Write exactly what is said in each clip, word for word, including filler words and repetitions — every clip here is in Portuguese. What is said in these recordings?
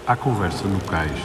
À conversa no cais.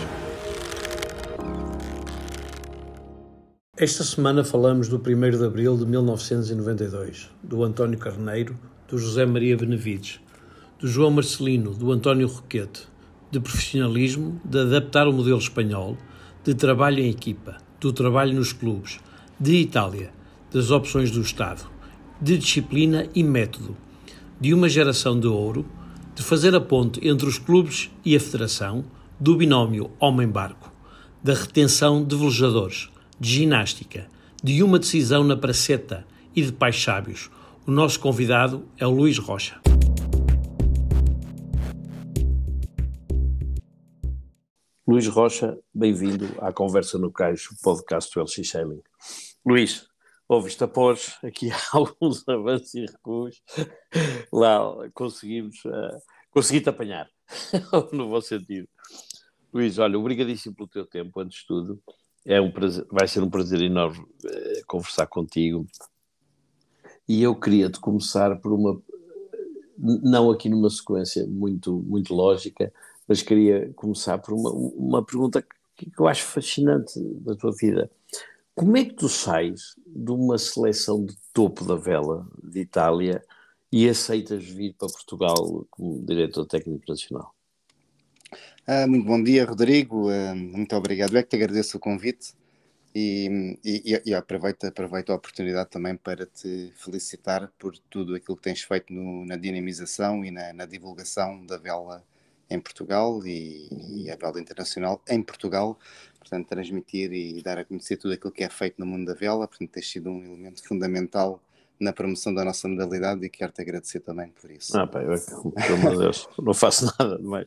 Esta semana falamos do primeiro de abril de mil novecentos e noventa e dois, do António Carneiro, do José Maria Benevides, do João Marcelino, do António Roquete, de profissionalismo, de adaptar o modelo espanhol, de trabalho em equipa, do trabalho nos clubes, de Itália, das opções do Estado, de disciplina e método, de uma geração de ouro, de fazer a ponte entre os clubes e a federação, do binómio homem-barco, da retenção de velejadores, de ginástica, de uma decisão na praceta e de pais sábios. O nosso convidado é o Luís Rocha. Luís Rocha, bem-vindo à Conversa no Cais, o podcast do L X Sailing. Luís, ouviste após aqui alguns avanços e recuos, lá conseguimos, uh, consegui-te apanhar, no bom sentido. Luís, olha, obrigadíssimo pelo teu tempo, antes de tudo. É um prazer, vai ser um prazer enorme uh, conversar contigo. E eu queria-te começar por uma, não aqui numa sequência muito, muito lógica, mas queria começar por uma, uma pergunta que, que eu acho fascinante da tua vida. Como é que tu sais de uma seleção de topo da vela de Itália e aceitas vir para Portugal como diretor técnico nacional? Ah, muito bom dia, Rodrigo. Ah, muito obrigado. Eu é que te agradeço o convite e, e, e aproveito, aproveito a oportunidade também para te felicitar por tudo aquilo que tens feito no, na dinamização e na, na divulgação da vela em Portugal e, e a vela internacional em Portugal. Portanto, transmitir e dar a conhecer tudo aquilo que é feito no mundo da vela. Portanto, tens sido um elemento fundamental na promoção da nossa modalidade e quero-te agradecer também por isso. Ah, pá, eu, pelo amor de Deus, não faço nada demais.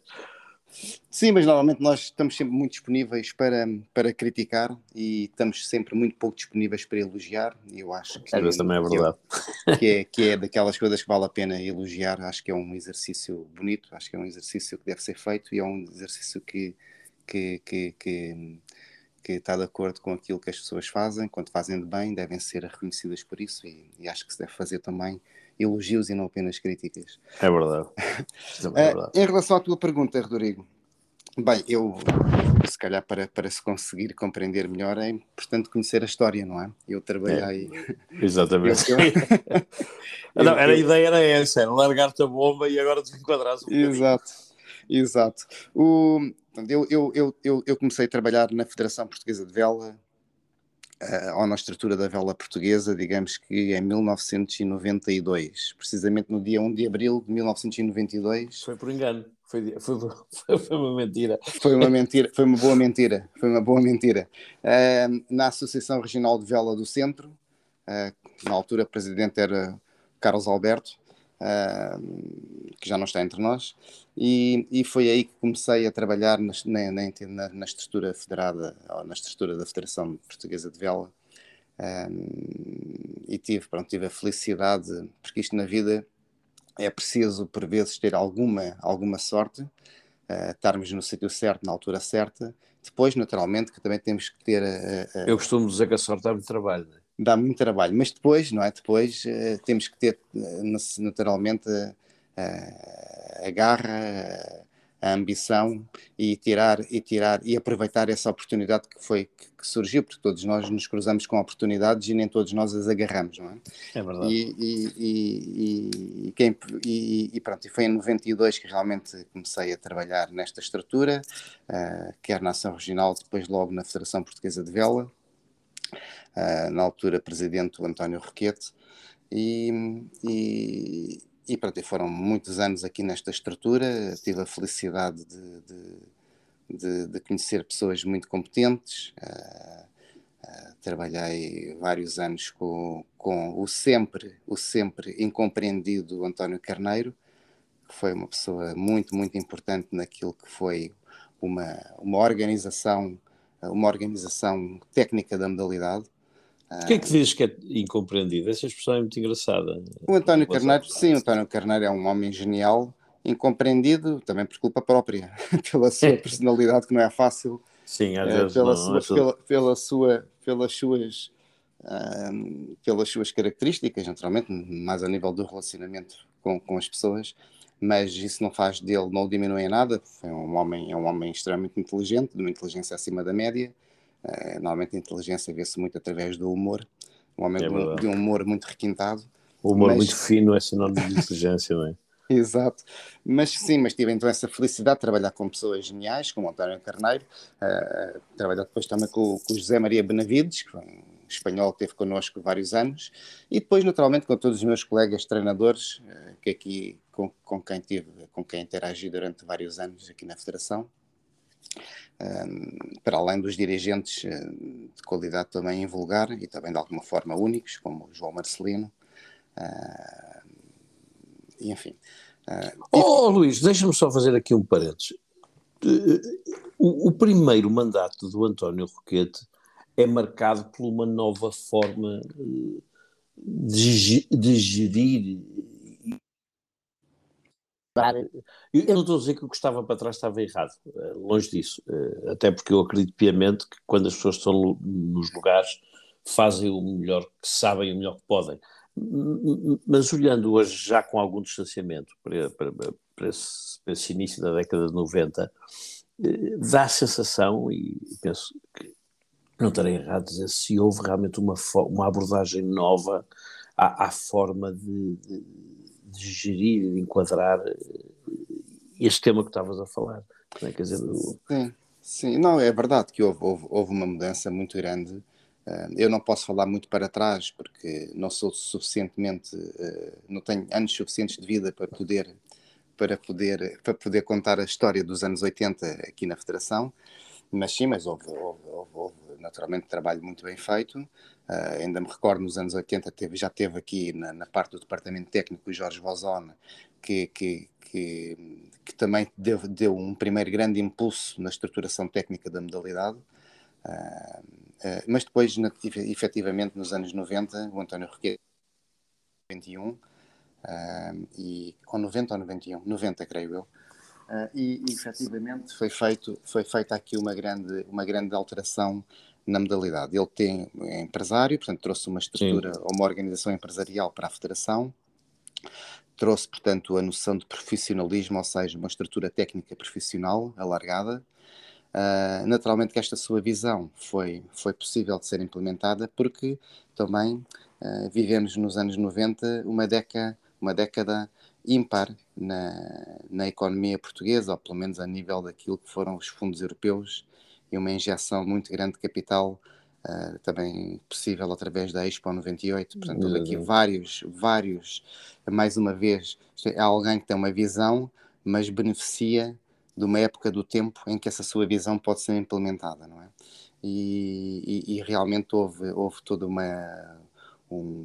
Sim, mas normalmente nós estamos sempre muito disponíveis para, para criticar e estamos sempre muito pouco disponíveis para elogiar, e eu acho que, Às vezes também é verdade. que, é, que é daquelas coisas que vale a pena elogiar. Acho que é um exercício bonito, acho que é um exercício que deve ser feito e é um exercício que, que, que, que, que está de acordo com aquilo que as pessoas fazem. Quando fazem de bem, devem ser reconhecidas por isso, e, e acho que se deve fazer também elogios e não apenas críticas. É verdade. É verdade. Uh, em relação à tua pergunta, Rodrigo, bem, eu, se calhar para, para se conseguir compreender melhor é importante conhecer a história, não é? Eu trabalhei... É, exatamente. eu, eu, não, era, eu, a ideia era essa, era largar-te a bomba e agora desenquadrar-se um Exato, exato. O, eu, eu, eu, eu, eu comecei a trabalhar na Federação Portuguesa de Vela, uh, ou na estrutura da vela portuguesa, digamos que em mil novecentos e noventa e dois, precisamente no dia primeiro de abril de mil novecentos e noventa e dois. Foi por engano. Foi, foi, foi, foi uma mentira. Foi uma mentira, foi uma boa mentira, foi uma boa mentira. Uh, na Associação Regional de Vela do Centro, uh, na altura o presidente era Carlos Alberto, uh, que já não está entre nós, e, e foi aí que comecei a trabalhar na, na, na estrutura federada, ou na estrutura da Federação Portuguesa de Vela, uh, e tive, pronto, tive a felicidade, porque isto na vida é preciso por vezes ter alguma, alguma sorte, uh, estarmos no sítio certo, na altura certa. Depois, naturalmente, que também temos que ter... Uh, uh, Eu costumo dizer que a sorte dá muito trabalho. Né? Dá muito trabalho, mas depois, não é? Depois uh, temos que ter, uh, naturalmente, uh, a garra, a ambição e tirar, e tirar e aproveitar essa oportunidade que foi que, que surgiu, porque todos nós nos cruzamos com oportunidades e nem todos nós as agarramos, não é? É verdade. E, e, e, e, quem, e, e pronto, e foi em noventa e dois que realmente comecei a trabalhar nesta estrutura, uh, quer na Ação Regional, depois logo na Federação Portuguesa de Vela, uh, na altura presidente o António Roquete, e, e E pronto, e foram muitos anos aqui nesta estrutura. Tive a felicidade de, de, de, de conhecer pessoas muito competentes. Uh, uh, trabalhei vários anos com, com o sempre, o sempre incompreendido António Carneiro, que foi uma pessoa muito, muito importante naquilo que foi uma, uma organização, uma organização técnica da modalidade. O que é que dizes que é incompreendido? Essa expressão é muito engraçada. O António Carneiro, sim, o António Carneiro é um homem genial, incompreendido também por culpa própria, pela sua personalidade que não é fácil, sim, às uh, vezes pela, não, sua, não é pela, pela sua, pelas suas, uh, pelas suas características, naturalmente, mais a nível do relacionamento com, com as pessoas, mas isso não faz dele, não o diminui em nada. É um homem, é um homem extremamente inteligente, de uma inteligência acima da média. Uh, normalmente a inteligência vê-se muito através do humor, um homem É de, um, de um humor muito requintado. O humor mas... muito fino é sinónimo de inteligência, não é? Exato, mas sim, mas tive então essa felicidade de trabalhar com pessoas geniais, como o António Carneiro, uh, trabalhar depois também com, com o José Maria Benavides, que foi um espanhol que esteve connosco vários anos, e depois naturalmente com todos os meus colegas treinadores, uh, que aqui, com, com, quem tive, com quem interagi durante vários anos aqui na Federação, uh, para além dos dirigentes uh, de qualidade também invulgar e também de alguma forma únicos, como o João Marcelino, uh, e enfim. Uh, oh, e... Luís, deixa-me só fazer aqui um parênteses. O, o primeiro mandato do António Roquete é marcado por uma nova forma de, de gerir. Eu não estou a dizer que o que estava para trás estava errado, longe disso, até porque eu acredito piamente que quando as pessoas estão nos lugares fazem o melhor que sabem, o melhor que podem. Mas olhando hoje já com algum distanciamento para, para, para, esse, para esse início da década de noventa, dá a sensação, e penso que não estarei errado a dizer, se houve realmente uma, uma abordagem nova à, à forma de, de, de gerir, de enquadrar este tema que estavas a falar. Não é? Quer dizer, o... Sim, sim, não, é verdade que houve, houve, houve uma mudança muito grande. Uh, eu não posso falar muito para trás porque não sou suficientemente, uh, não tenho anos suficientes de vida para poder, para poder, para poder contar a história dos anos oitenta aqui na Federação, mas sim, mas houve, houve, houve, houve naturalmente trabalho muito bem feito. Uh, ainda me recordo nos anos oitenta, teve, já teve aqui na, na parte do departamento técnico o Jorge Vozone, que, que, que, que também deu, deu um primeiro grande impulso na estruturação técnica da modalidade. Uh, Uh, mas depois, na, efetivamente, nos anos noventa, o António Roquete, noventa e um, uh, e, ou noventa ou noventa e um, noventa, creio eu, uh, e, e efetivamente foi, feito, foi feita aqui uma grande, uma grande alteração na modalidade. Ele tem, é empresário, portanto trouxe uma estrutura, Sim. uma organização empresarial para a Federação, trouxe, portanto, a noção de profissionalismo, ou seja, uma estrutura técnica profissional alargada. Uh, naturalmente que esta sua visão foi, foi possível de ser implementada porque também uh, vivemos nos anos noventa uma década, uma década ímpar na, na economia portuguesa, ou pelo menos a nível daquilo que foram os fundos europeus, e uma injeção muito grande de capital, uh, também possível através da Expo noventa e oito. Portanto, houve aqui vários, vários, mais uma vez, é alguém que tem uma visão, mas beneficia de uma época do tempo em que essa sua visão pode ser implementada, não é? E, e, e realmente houve, houve toda uma, um,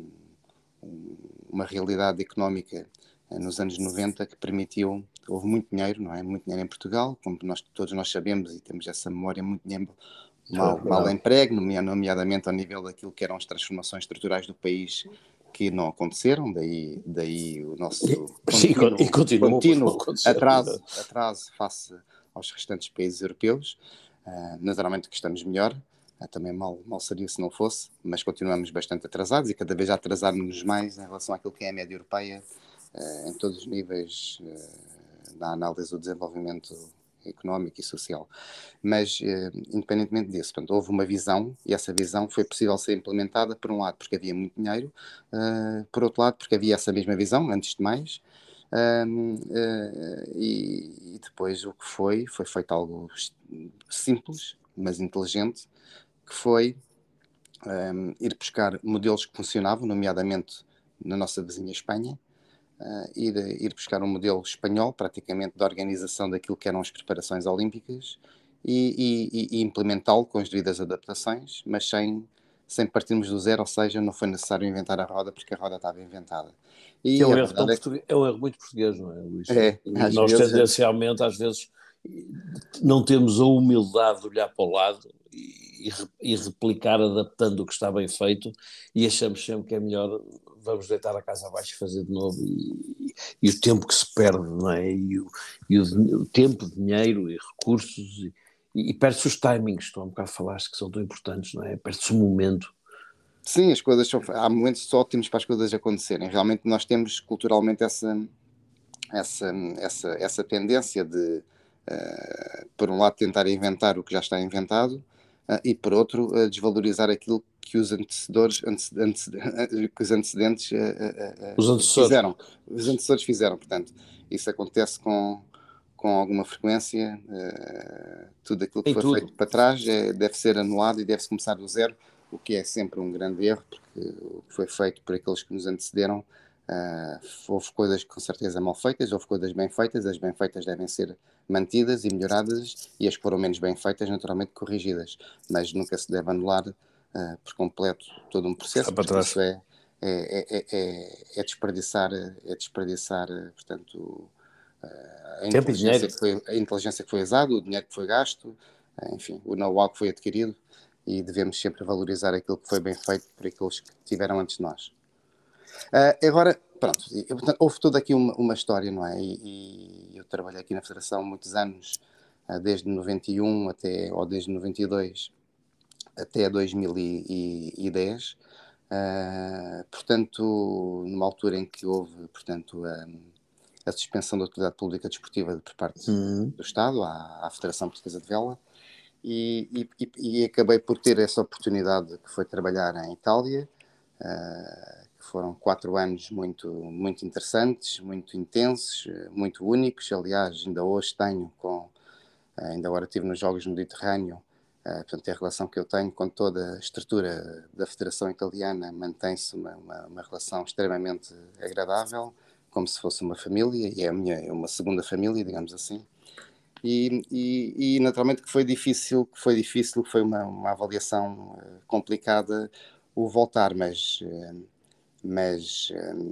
uma realidade económica nos anos noventa que permitiu, houve muito dinheiro, não é? Muito dinheiro em Portugal, como nós, todos nós sabemos e temos essa memória, muito dinheiro mal, mal emprego, nomeadamente ao nível daquilo que eram as transformações estruturais do país que não aconteceram, daí, daí o nosso Sim, contínuo, e continua contínuo atraso, atraso face aos restantes países europeus. Uh, naturalmente que estamos melhor, uh, também mal, mal seria se não fosse, mas continuamos bastante atrasados e cada vez atrasarmos-nos mais em relação àquilo que é a média europeia, uh, em todos os níveis uh, da análise do desenvolvimento económico e social. Mas, eh, independentemente disso, portanto, houve uma visão, e essa visão foi possível ser implementada, por um lado, porque havia muito dinheiro, uh, por outro lado, porque havia essa mesma visão, antes de mais, uh, uh, e, e depois o que foi, foi feito algo simples, mas inteligente, que foi um, ir buscar modelos que funcionavam, nomeadamente na nossa vizinha Espanha, Uh, ir, ir buscar um modelo espanhol, praticamente, da organização daquilo que eram as preparações olímpicas e, e, e implementá-lo com as devidas adaptações, mas sem, sem partirmos do zero, ou seja, não foi necessário inventar a roda porque a roda estava inventada. E é um, erro tão é, que... é um erro muito português, não é, Luís? É, Nós vezes, tendencialmente, às vezes, não temos a humildade de olhar para o lado e, e replicar adaptando o que está bem feito e achamos sempre que é melhor vamos deitar a casa abaixo e fazer de novo e, e o tempo que se perde, não é? E o, e o, o tempo, dinheiro e recursos e, e, e perde-se os timings, tu há um bocado falaste que são tão importantes, não é? Perde-se o momento. Sim, as coisas são, há momentos ótimos para as coisas acontecerem. Realmente nós temos culturalmente essa, essa, essa, essa tendência de, uh, por um lado, tentar inventar o que já está inventado, uh, e, por outro, uh, desvalorizar aquilo que os antecedores, antecedentes, que os antecedentes uh, uh, uh, Os antecessores. fizeram. Os antecessores fizeram, portanto. Isso acontece com, com alguma frequência. Uh, tudo aquilo que Em foi tudo. feito para trás é, deve ser anulado e deve-se começar do zero, o que é sempre um grande erro, porque o que foi feito por aqueles que nos antecederam, uh, houve coisas com certeza mal feitas, houve coisas bem feitas, as bem feitas devem ser mantidas e melhoradas, e as que foram menos bem feitas, naturalmente corrigidas, mas nunca se deve anular uh, por completo todo um processo, porque isso é, é, é, é, é desperdiçar, é desperdiçar, portanto, uh, a, inteligência que foi, a inteligência que foi usada, o dinheiro que foi gasto, uh, enfim, o know-how que foi adquirido, e devemos sempre valorizar aquilo que foi bem feito por aqueles que tiveram antes de nós. Uh, agora, pronto, houve toda aqui uma, uma história, não é? E, e eu trabalhei aqui na Federação muitos anos, uh, desde noventa e um até, ou desde noventa e dois até dois mil e dez. Uh, portanto, numa altura em que houve, portanto, a, a suspensão da atividade pública desportiva por parte uhum. do Estado, à, à Federação Portuguesa de Vela, e, e, e acabei por ter essa oportunidade que foi trabalhar em Itália, uh, que foram quatro anos muito, muito interessantes, muito intensos, muito únicos. Aliás, ainda hoje tenho, com, ainda agora estive nos Jogos do Mediterrâneo, uh, portanto, a relação que eu tenho com toda a estrutura da Federação Italiana mantém-se uma, uma, uma relação extremamente agradável, como se fosse uma família, e é a minha, é uma segunda família, digamos assim. E, e, e naturalmente que foi difícil, que foi difícil, foi uma, uma avaliação uh, complicada o voltar, mas, uh, mas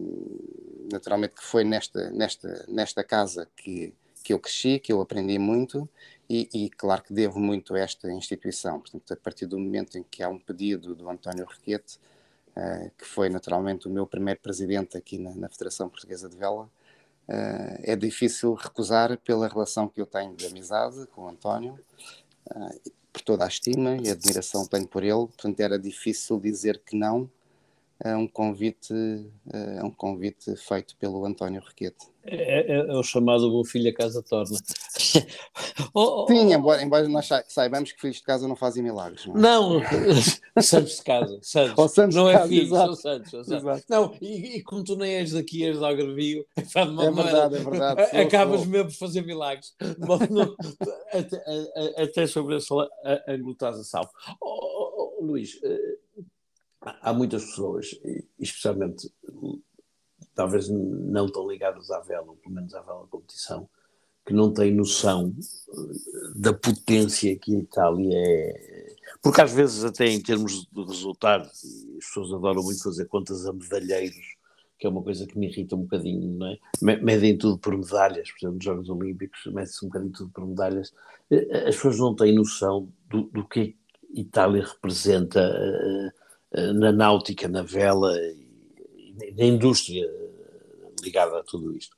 uh, naturalmente que foi nesta, nesta, nesta casa que, que eu cresci, que eu aprendi muito, e, e claro que devo muito a esta instituição. Portanto, a partir do momento em que há um pedido do António Roquete, uh, que foi naturalmente o meu primeiro presidente aqui na, na Federação Portuguesa de Vela, Uh, é difícil recusar pela relação que eu tenho de amizade com o António, uh, por toda a estima e admiração que tenho por ele. Portanto, era difícil dizer que não a um convite, uh, a um convite feito pelo António Roquete. É, é, é o chamado bom filho a casa torna. oh, Sim, oh, embora, embora nós saibamos que filhos de casa não fazem milagres. Não, é? não santos de casa, santos. Oh, santos não de é casa, filhos, exato. são santos. São santos. Não, e, e como tu nem és daqui, és de Algarvio, é verdade, é verdade. Acabas sou. mesmo por fazer milagres. não, até, até sobre esse ângulo estás a salvo. Oh, oh, oh, Luís, há muitas pessoas, especialmente talvez não tão ligadas à vela, ou pelo menos à vela competição, que não têm noção da potência que a Itália é. Porque às vezes até em termos de resultados, as pessoas adoram muito fazer contas a medalheiros, que é uma coisa que me irrita um bocadinho, não é? Medem tudo por medalhas, por exemplo, nos Jogos Olímpicos, mede-se um bocadinho tudo por medalhas. As pessoas não têm noção do, do que a Itália representa uh, uh, na náutica, na vela e na indústria ligada a tudo isto.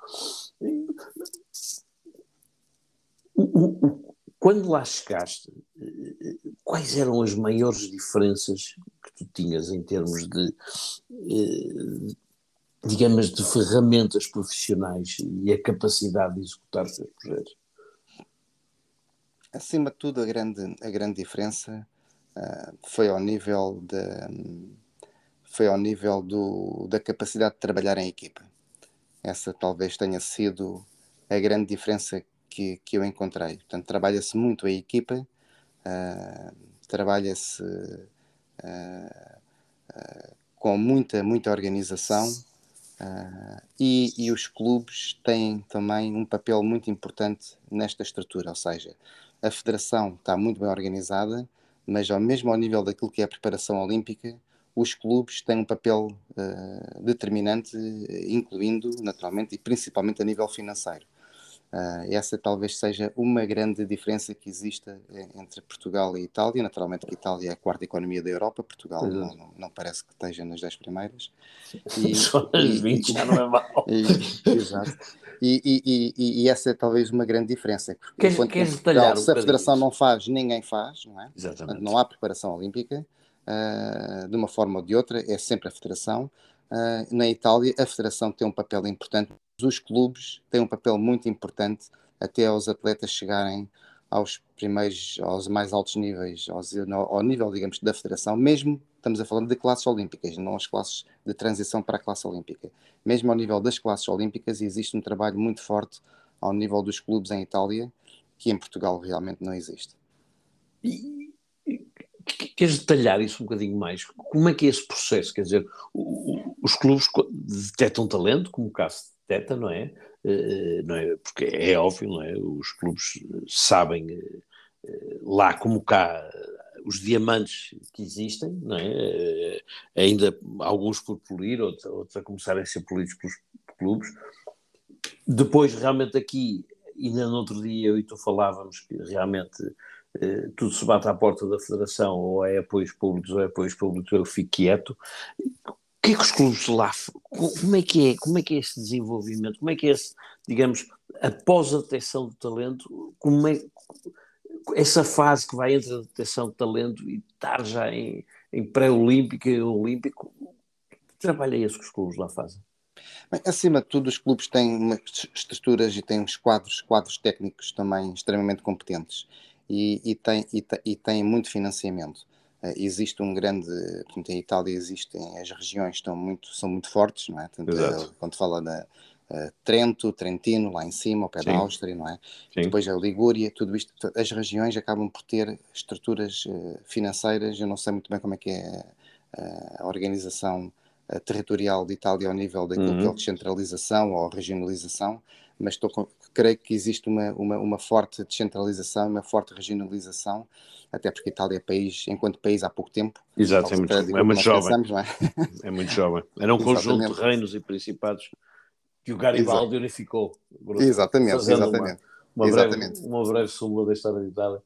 Quando lá chegaste, quais eram as maiores diferenças que tu tinhas em termos de, digamos, de ferramentas profissionais e a capacidade de executar os teus projetos? Acima de tudo, a grande, a grande diferença uh, foi ao nível, de, foi ao nível do, da capacidade de trabalhar em equipa. Essa talvez tenha sido a grande diferença que, que eu encontrei. Portanto, trabalha-se muito a equipa, uh, trabalha-se uh, uh, com muita, muita organização, uh, e, e os clubes têm também um papel muito importante nesta estrutura, ou seja, a federação está muito bem organizada, mas ao mesmo ao nível daquilo que é a preparação olímpica, os clubes têm um papel uh, determinante, incluindo, naturalmente, e principalmente a nível financeiro. Uh, essa talvez seja uma grande diferença que exista entre Portugal e Itália. Naturalmente que a Itália é a quarta economia da Europa, Portugal uhum. não, não, não parece que esteja nas dez primeiras. E, Só nas e, vinte já não é mal. E, exato. E, e, e, e essa é talvez uma grande diferença. Queres, enquanto queres em Portugal, um se a Federação isso? não faz, ninguém faz, não é? Exatamente. Portanto, não há preparação olímpica. Uh, de uma forma ou de outra, é sempre a Federação. Uh, na Itália, a Federação tem um papel importante os clubes têm um papel muito importante até aos atletas chegarem aos primeiros, aos mais altos níveis, aos, ao nível, digamos, da federação, mesmo estamos a falar de classes olímpicas, não as classes de transição para a classe olímpica. Mesmo ao nível das classes olímpicas existe um trabalho muito forte ao nível dos clubes em Itália, que em Portugal realmente não existe. E, e queres detalhar isso um bocadinho mais? Como é que é esse processo? Quer dizer, o, o, os clubes detectam talento, como o caso detecta, não é? Uh, não é? Porque é óbvio, não é? Os clubes sabem uh, lá como cá os diamantes que existem, não é? Uh, ainda alguns por polir, outros, outros a começarem a ser polidos pelos clubes. Depois, realmente aqui, ainda no outro dia eu e tu falávamos que realmente eh, tudo se bate à porta da federação, ou é apoios públicos ou é apoios públicos, eu fico quieto. O que é que os clubes lá, como é que é, como é que é esse desenvolvimento, como é que é esse, digamos, após a detecção do talento, como é essa fase que vai entre a detecção de talento e estar já em, em pré-olímpico e olímpico, que trabalho é esse que os clubes lá fazem? Bem, acima de tudo, os clubes têm umas estruturas e têm uns quadros, quadros técnicos também extremamente competentes e, e, têm, e, e têm muito financiamento. Uh, existe um grande, portanto, em Itália existem, as regiões estão muito, são muito fortes, não é? Portanto, uh, quando fala da uh, Trento, Trentino, lá em cima, ao pé Sim. da Áustria, não é? Sim. Depois a Ligúria, tudo isto, as regiões acabam por ter estruturas uh, financeiras, eu não sei muito bem como é que é uh, a organização territorial de Itália ao nível daquilo uhum. que é a descentralização ou a regionalização, mas estou com, creio que existe uma, uma, uma forte descentralização, uma forte regionalização, até porque a Itália é país, enquanto país há pouco tempo. Exato, é muito, é muito jovem. Pensamos, não é? É muito jovem. Era um conjunto de reinos e principados que o Garibaldi Exato. unificou. Exatamente, exatamente. Uma, uma, exatamente. Breve, uma breve súmula da história de Itália.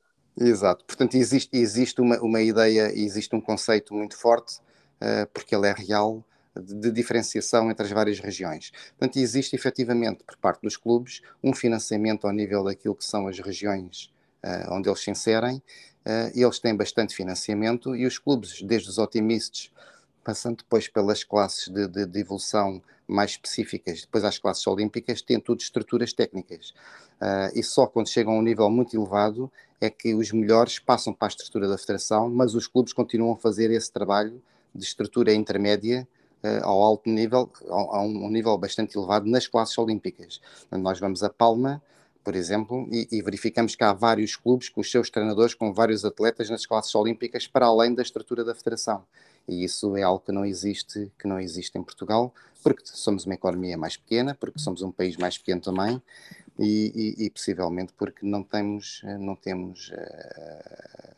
Exato. Portanto, existe, existe uma, uma ideia, existe um conceito muito forte, uh, porque ele é real, de, de diferenciação entre as várias regiões. Portanto, existe efetivamente, por parte dos clubes, um financiamento ao nível daquilo que são as regiões uh, onde eles se inserem. Uh, eles têm bastante financiamento e os clubes, desde os otimistas, passando depois pelas classes de, de, de evolução mais específicas, depois às classes olímpicas, têm tudo estruturas técnicas. Uh, e só quando chegam a um nível muito elevado é que os melhores passam para a estrutura da federação, mas os clubes continuam a fazer esse trabalho de estrutura intermédia uh, ao alto nível, a, a um nível bastante elevado nas classes olímpicas. Nós vamos a Palma, por exemplo, e, e verificamos que há vários clubes com os seus treinadores, com vários atletas nas classes olímpicas, para além da estrutura da federação. E isso é algo que não existe, que não existe em Portugal, porque somos uma economia mais pequena, porque somos um país mais pequeno também, e, e, e possivelmente porque não temos, não temos uh,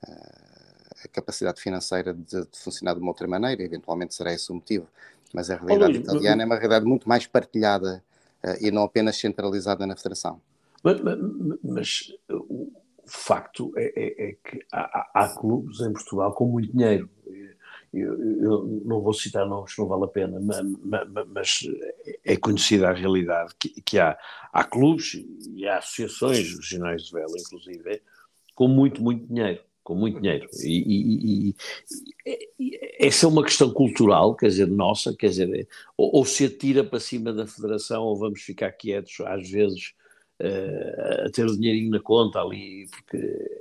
uh, a capacidade financeira de, de funcionar de uma outra maneira. Eventualmente será esse o motivo. Mas a realidade oh, Luís, italiana mas, é uma realidade muito mais partilhada uh, e não apenas centralizada na federação. Mas, mas, mas o facto é, é, é que há, há clubes em Portugal com muito dinheiro. Eu, eu não vou citar nomes, não vale a pena, mas, mas é conhecida a realidade que, que há, há clubes e há associações regionais de vela, inclusive, com muito, muito dinheiro, com muito dinheiro. E, e, e, e essa é uma questão cultural, quer dizer, nossa, quer dizer, ou, ou se atira para cima da federação ou vamos ficar quietos, às vezes, uh, a ter o dinheirinho na conta ali, porque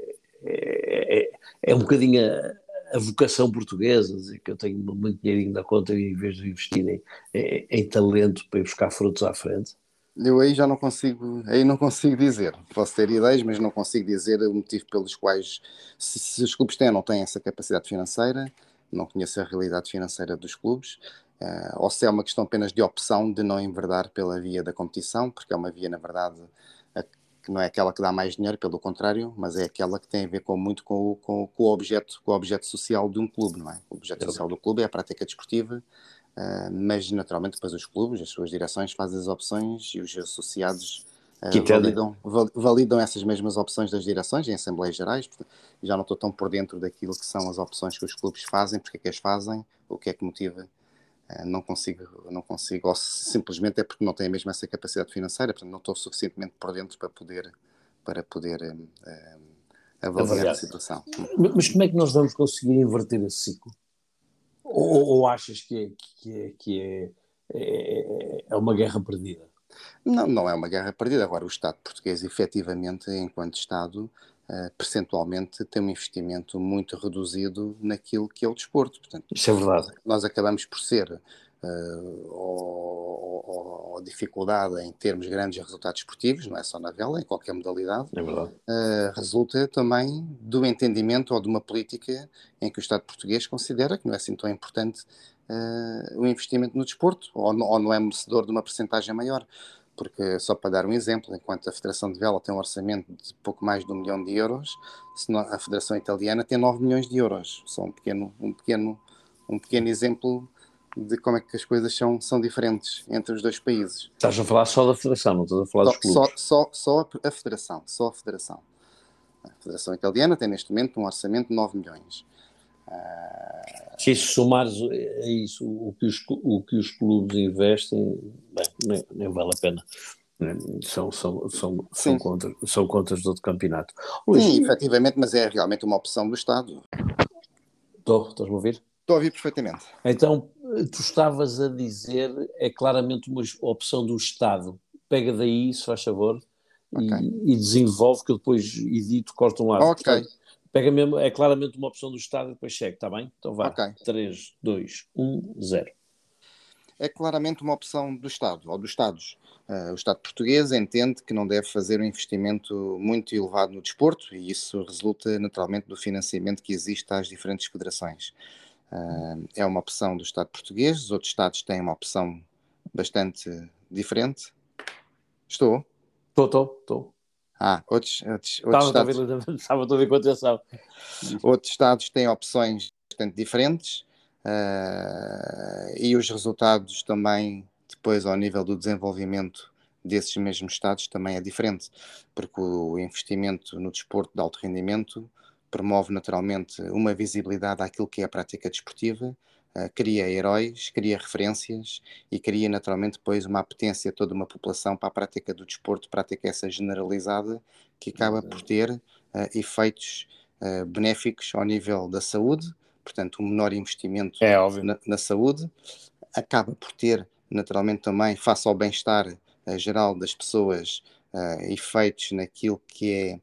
é, é, é um bocadinho a a vocação portuguesa, dizer que eu tenho muito dinheirinho na conta e em vez de investir em, em, em talento para ir buscar frutos à frente? Eu aí já não consigo, aí não consigo dizer. Posso ter ideias, mas não consigo dizer o motivo pelos quais, se, se os clubes têm ou não têm essa capacidade financeira, não conheço a realidade financeira dos clubes, uh, ou se é uma questão apenas de opção de não enverdar pela via da competição, porque é uma via, na verdade, que não é aquela que dá mais dinheiro, pelo contrário, mas é aquela que tem a ver com, muito com o, com, com o objeto, com o objeto social de um clube, não é? O objeto é social do clube é a prática desportiva, uh, mas naturalmente depois os clubes, as suas direções fazem as opções e os associados uh, validam, validam essas mesmas opções das direções em assembleias gerais. Portanto, já não estou tão por dentro daquilo que são as opções que os clubes fazem, porque é que as fazem, o que é que motiva. Não consigo, não consigo, ou simplesmente é porque não tenho mesmo essa capacidade financeira, portanto não estou suficientemente por dentro para poder, para poder uh, avaliar a situação. Mas como é que nós vamos conseguir inverter esse ciclo? Ou, ou achas que é, que é, que é, é, é uma guerra perdida. Não, não é uma guerra perdida. Agora, o Estado português, efetivamente, enquanto Estado, uh, percentualmente, tem um investimento muito reduzido naquilo que é o desporto. Portanto, isso é verdade. Nós, nós acabamos por ser, uh, ou, ou, ou dificuldade em termos grandes resultados esportivos, não é só na vela, em qualquer modalidade, é verdade. Uh, resulta também do entendimento ou de uma política em que o Estado português considera que não é assim tão importante uh, o investimento no desporto, ou, ou não é merecedor de uma percentagem maior. Porque, só para dar um exemplo, enquanto a Federação de Vela tem um orçamento de pouco mais de um milhão de euros, a Federação Italiana tem nove milhões de euros. Só um pequeno, um pequeno, um pequeno exemplo de como é que as coisas são, são diferentes entre os dois países. Estás a falar só da Federação, não estás a falar só, dos clubes? Só, só, só a Federação, só a Federação. A Federação Italiana tem neste momento um orçamento de nove milhões. Uh... Se isso somares a isso o que os, o que os clubes investem, bem, nem, nem vale a pena. São, são, são, são, contas, são contas do outro campeonato. Luís, sim, efetivamente, mas é realmente uma opção do Estado. Estou, estás-me a ouvir? Estou a ouvir perfeitamente. Então, tu estavas a dizer, é claramente uma opção do Estado. Pega daí, se faz favor, okay. e, e desenvolve, que eu depois edito, corto um lado. Ok. Portanto, pega mesmo, é claramente uma opção do Estado e depois chega, está bem? Então vá, okay. três, dois, um, zero. É claramente uma opção do Estado, ou dos Estados. Uh, o Estado português entende que não deve fazer um investimento muito elevado no desporto e isso resulta naturalmente do financiamento que existe às diferentes federações. Uh, é uma opção do Estado português, os outros Estados têm uma opção bastante diferente. Estou? Estou, estou, estou. Ah, outros, outros, outros estava Estados... Estava a ouvir com atenção. Outros Estados têm opções bastante diferentes uh, e os resultados também, depois ao nível do desenvolvimento desses mesmos Estados, também é diferente, porque o investimento no desporto de alto rendimento promove naturalmente uma visibilidade àquilo que é a prática desportiva, uh, cria heróis, cria referências e cria naturalmente depois uma apetência a toda uma população para a prática do desporto, prática essa generalizada, que acaba por ter uh, efeitos uh, benéficos ao nível da saúde, portanto um menor investimento é óbvio. Na, na saúde, acaba por ter naturalmente também, face ao bem-estar uh, geral das pessoas, uh, efeitos naquilo que é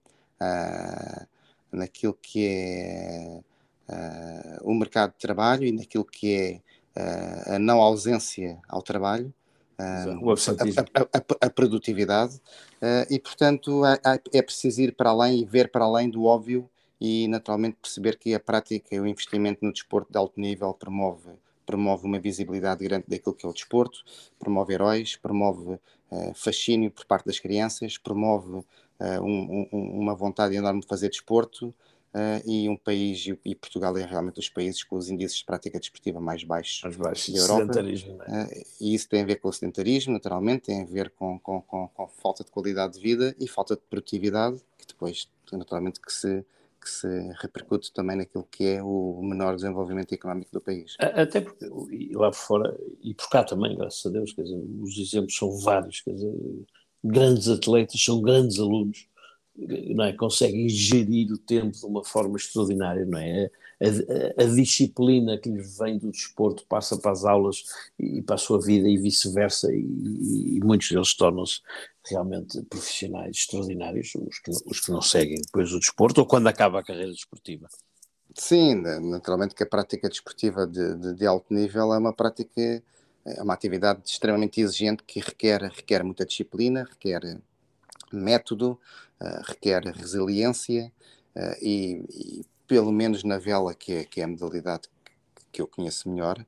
uh, naquilo que é uh, o mercado de trabalho e naquilo que é uh, a não ausência ao trabalho, uh, a, a, a, a produtividade, uh, e portanto há, há, é preciso ir para além e ver para além do óbvio e naturalmente perceber que a prática e o investimento no desporto de alto nível promove, promove uma visibilidade grande daquilo que é o desporto, promove heróis, promove uh, fascínio por parte das crianças, promove Uh, um, um, uma vontade enorme de fazer desporto, uh, e um país, e, e Portugal é realmente os países com os índices de prática desportiva mais baixos, mais baixos da Europa. Sedentarismo, é? uh, e isso tem a ver com o sedentarismo, naturalmente, tem a ver com, com, com, com falta de qualidade de vida e falta de produtividade, que depois, naturalmente, que se, que se repercute também naquilo que é o menor desenvolvimento económico do país. Até porque e lá por fora, e por cá também, graças a Deus, quer dizer, os exemplos são vários, quer dizer, grandes atletas são grandes alunos, não é? Conseguem gerir o tempo de uma forma extraordinária, não é? A, a, a disciplina que lhes vem do desporto passa para as aulas e para a sua vida e vice-versa, e, e muitos deles tornam-se realmente profissionais extraordinários, os que, os que não seguem depois o desporto ou quando acaba a carreira desportiva. Sim, naturalmente que a prática desportiva de, de, de alto nível é uma prática, é uma atividade extremamente exigente que requer, requer muita disciplina, requer método, uh, requer resiliência, uh, e, e pelo menos na vela, que é, que é a modalidade que, que eu conheço melhor,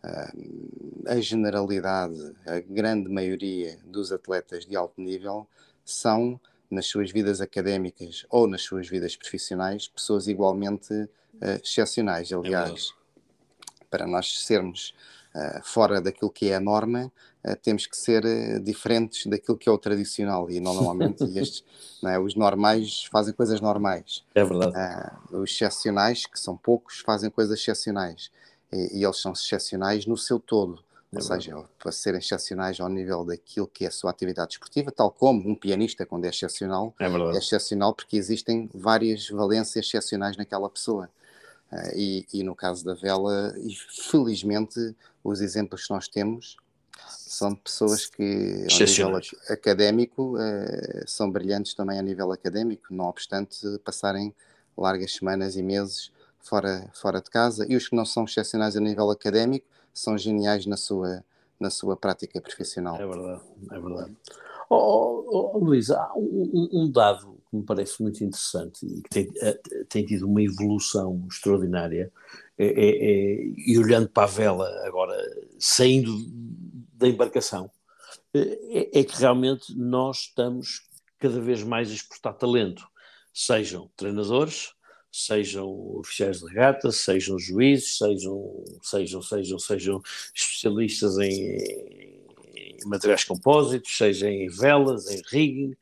uh, a generalidade, a grande maioria dos atletas de alto nível são, nas suas vidas académicas ou nas suas vidas profissionais, pessoas igualmente uh, excepcionais. Aliás, é para nós sermos uh, fora daquilo que é a norma, uh, temos que ser uh, diferentes daquilo que é o tradicional, e não normalmente estes, não é, os normais fazem coisas normais. É verdade. Uh, os excepcionais, que são poucos, fazem coisas excepcionais, e, e eles são excepcionais no seu todo. É Ou verdade. seja, para serem excepcionais ao nível daquilo que é a sua atividade esportiva, tal como um pianista, quando é excepcional, é, é excepcional porque existem várias valências excepcionais naquela pessoa. Uh, e, e no caso da vela, e felizmente, os exemplos que nós temos São pessoas que, ao nível Excepcionais. académico, eh, são brilhantes também a nível académico, não obstante passarem largas semanas e meses fora, fora de casa. E os que não são excepcionais a nível académico são geniais na sua, na sua prática profissional. É verdade, é verdade. Oh, oh, oh, Luís, há um, um- um dado que me parece muito interessante e que tem, eh, tem tido uma evolução extraordinária, é, é- é- e olhando para a vela agora, saindo da embarcação, eh, é, é que realmente nós estamos cada vez mais a exportar talento, sejam treinadores, sejam oficiais de regata, sejam juízes, sejam, sejam, sejam, sejam especialistas em, em materiais compósitos, seja em velas, em rigging.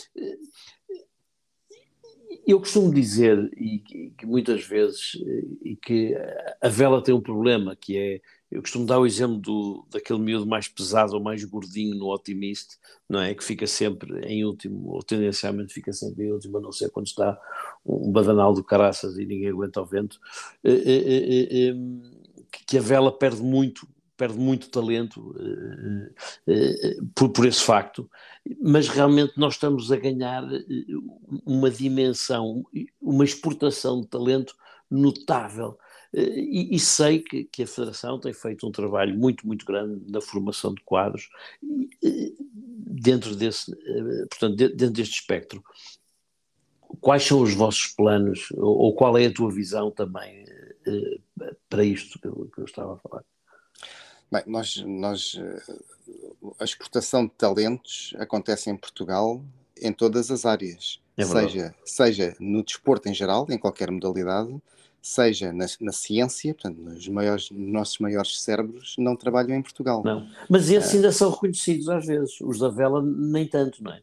Eu costumo dizer, e que, que muitas vezes, eh, e que a vela tem um problema, que é, eu costumo dar o exemplo do, daquele miúdo mais pesado ou mais gordinho no Optimist, não é? Que fica sempre em último, ou tendencialmente fica sempre em último, a não ser quando está um badanal do caraças e ninguém aguenta o vento, eh, eh, eh, eh, que que a vela perde muito, perde muito talento eh, eh, por, por esse facto, mas realmente nós estamos a ganhar eh, uma dimensão, uma exportação de talento notável. Eh, E, e sei que, que a Federação tem feito um trabalho muito, muito grande na formação de quadros eh, dentro desse, eh, portanto, de- dentro deste espectro. Quais são os vossos planos, ou, ou qual é a tua visão também eh, para isto que eu, que eu estava a falar? Bem, nós, nós, eh, a exportação de talentos acontece em Portugal em todas as áreas, É verdade. seja, seja no desporto em geral, em qualquer modalidade, seja na, na ciência, portanto, os maiores, nossos maiores cérebros não trabalham em Portugal. Não. Mas esses ainda são reconhecidos às vezes, os da vela nem tanto, não é?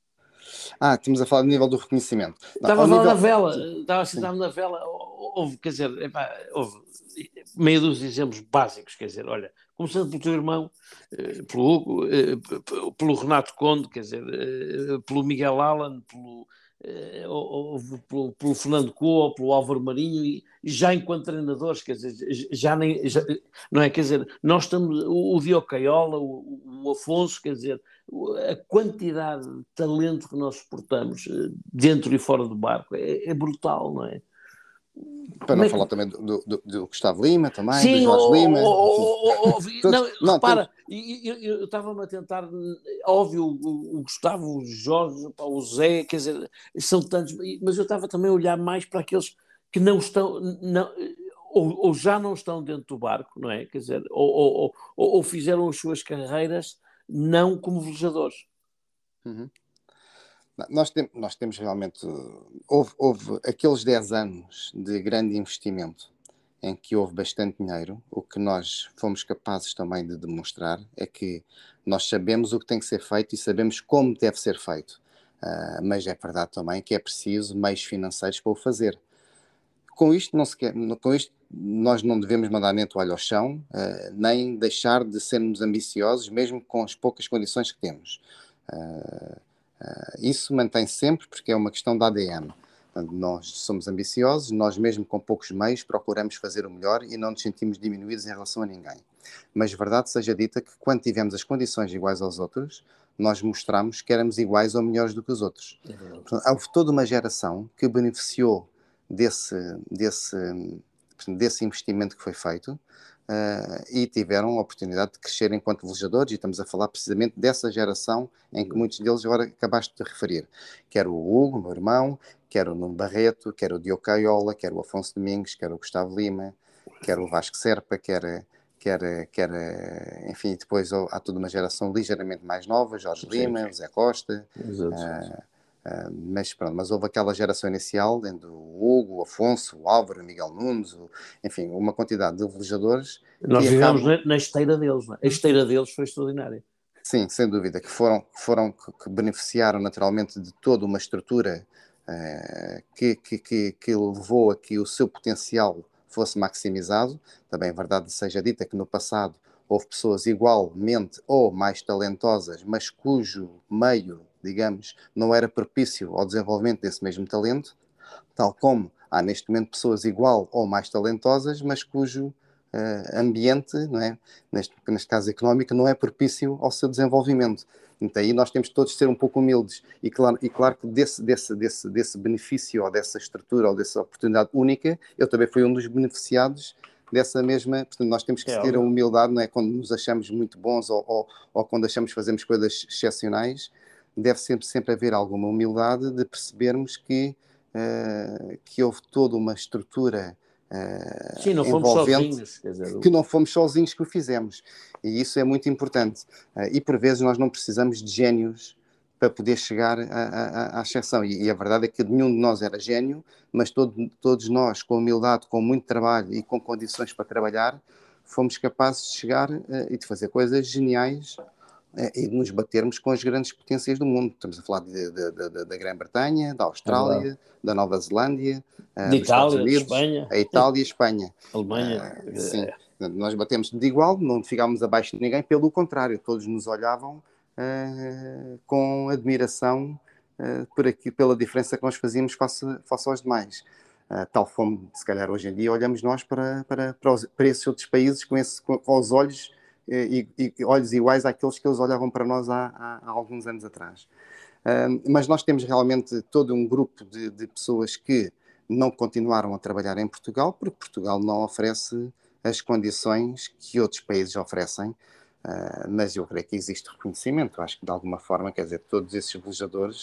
Ah, estamos a falar do nível do reconhecimento. Não, Estava ao a falar da nível. vela, estava a Sim. citar-me da vela, houve, quer dizer, epá, houve meio dos exemplos básicos, quer dizer, olha, começando pelo teu irmão, eh, pelo Hugo, eh, p- pelo Renato Conde, quer dizer, eh, pelo Miguel Alan, pelo, eh, ou- ou pelo, pelo Fernando Coa, pelo Álvaro Marinho, e já enquanto treinadores, quer dizer, já nem, já- não é, quer dizer, nós estamos, o, o Diogo Caiola, o, o Afonso, quer dizer, a quantidade de talento que nós exportamos eh, dentro e fora do barco é, é brutal, não é? Para Como não é que. falar também do, do- do- do Gustavo Lima, também, do Sim, oh, Jorge Lima, enfim. oh, oh, oh, oh, Todos, não, não, repara, temos. eu eu- eu estava-me a tentar, óbvio, o, o Gustavo, o Jorge, pá, o Zé, quer dizer, são tantos, mas eu estava também a olhar mais para aqueles que não estão, não, ou, ou já não estão dentro do barco, não é? Quer dizer, ou, ou, ou, ou fizeram as suas carreiras não como velejadores. Uhum. Nós, tem, nós temos realmente. Houve, houve aqueles dez anos de grande investimento em que houve bastante dinheiro. O que nós fomos capazes também de demonstrar é que nós sabemos o que tem que ser feito e sabemos como deve ser feito. Uh, mas é verdade também que é preciso meios financeiros para o fazer. Com isto, não se quer, com isto nós não devemos mandar nem toalha ao chão, uh, nem deixar de sermos ambiciosos, mesmo com as poucas condições que temos. Uh, Uh, isso mantém sempre porque é uma questão da A D N. Portanto, nós somos ambiciosos, nós mesmo com poucos meios procuramos fazer o melhor e não nos sentimos diminuídos em relação a ninguém. Mas verdade seja dita que quando tivemos as condições iguais aos outros, nós mostramos que éramos iguais ou melhores do que os outros. É verdade. Portanto, houve toda uma geração que beneficiou desse, desse, desse investimento que foi feito. Uh, e tiveram a oportunidade de crescer enquanto velejadores, e estamos a falar precisamente dessa geração em que muitos deles agora acabaste de referir, quer o Hugo, meu irmão, quer o Nuno Barreto, quer o Diogo Caiola, quer o Afonso Domingos, quer o Gustavo Lima, quer o Vasco Serpa, quer, quer, quer enfim, depois há toda uma geração ligeiramente mais nova, Jorge Sim. Lima, o Zé Costa, Exato. uh, Uh, mas pronto, mas houve aquela geração inicial, dentro do Hugo, o Afonso, o Álvaro, o Miguel Nunes, o, enfim, uma quantidade de velejadores Nós que vivemos acabam, na, na esteira deles, não é? A esteira deles foi extraordinária. sim, sem dúvida, que foram, foram que, que beneficiaram naturalmente de toda uma estrutura uh, que, que, que, que levou a que o seu potencial fosse maximizado. Também é verdade seja dita que no passado houve pessoas igualmente ou mais talentosas, mas cujo meio, digamos, não era propício ao desenvolvimento desse mesmo talento, tal como há neste momento pessoas igual ou mais talentosas, mas cujo uh, ambiente, não é? Neste, neste caso económico, não é propício ao seu desenvolvimento. Então aí nós temos todos de ser um pouco humildes e claro, e claro que desse, desse, desse, desse benefício ou dessa estrutura ou dessa oportunidade única, eu também fui um dos beneficiados dessa mesma, portanto nós temos que É, ter a óbvio. humildade, não é? Quando nos achamos muito bons ou, ou, ou quando achamos que fazemos coisas excepcionais, deve sempre, sempre haver alguma humildade de percebermos que, uh, que houve toda uma estrutura uh, Sim, não fomos envolvente, sozinhos, quer dizer, que não fomos sozinhos que o fizemos. E isso é muito importante. Uh, e por vezes nós não precisamos de génios para poder chegar à exceção. E, e a verdade é que nenhum de nós era gênio, mas todo, todos nós, com humildade, com muito trabalho e com condições para trabalhar, fomos capazes de chegar uh, e de fazer coisas geniais uh, e de nos batermos com as grandes potências do mundo. Estamos a falar de, de, de, da Grã-Bretanha, da Austrália, é da Nova Zelândia, uh, de dos Estados Itália, de Unidos, Espanha, a Itália e a Espanha. Alemanha. Uh, sim, nós batemos de igual, não ficámos abaixo de ninguém, pelo contrário, todos nos olhavam Uh, com admiração uh, por aqui, pela diferença que nós fazíamos face, face aos demais. Uh, tal como, se calhar, hoje em dia, olhamos nós para, para, para, os, para esses outros países com, esse, com, com os olhos, uh, e, e olhos iguais àqueles que eles olhavam para nós há, há, há alguns anos atrás. Uh, mas nós temos realmente todo um grupo de, de pessoas que não continuaram a trabalhar em Portugal, porque Portugal não oferece as condições que outros países oferecem. Uh, mas eu creio que existe reconhecimento, acho que de alguma forma, quer dizer, todos esses velejadores,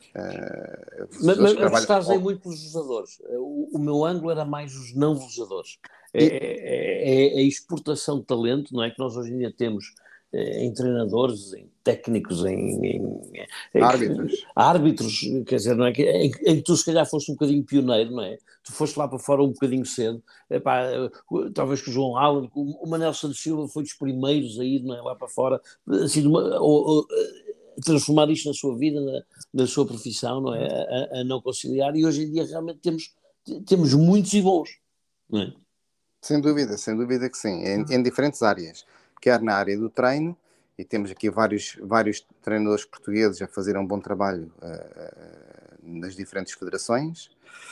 uh, mas, mas, que mas trabalham... estás aí muito pelos velejadores. O, o meu ângulo era mais os não velejadores. É, E... é, é a exportação de talento, não é? Que nós hoje em dia temos em treinadores, em técnicos, em, em, em árbitros. árbitros, quer dizer, não é? Em, em que tu se calhar foste um bocadinho pioneiro, não é? Tu foste lá para fora um bocadinho cedo, epá, talvez que o João Allen, o Manel Santos Silva foi dos primeiros a ir, não é? Lá para fora, assim, uma, ou, ou, transformar isto na sua vida, na, na sua profissão, não é? A, a não conciliar, e hoje em dia realmente temos, temos muitos e bons, não é? Sem dúvida, sem dúvida que sim, em, em diferentes áreas, quer na área do treino, e temos aqui vários, vários treinadores portugueses a fazer um bom trabalho uh, nas diferentes federações.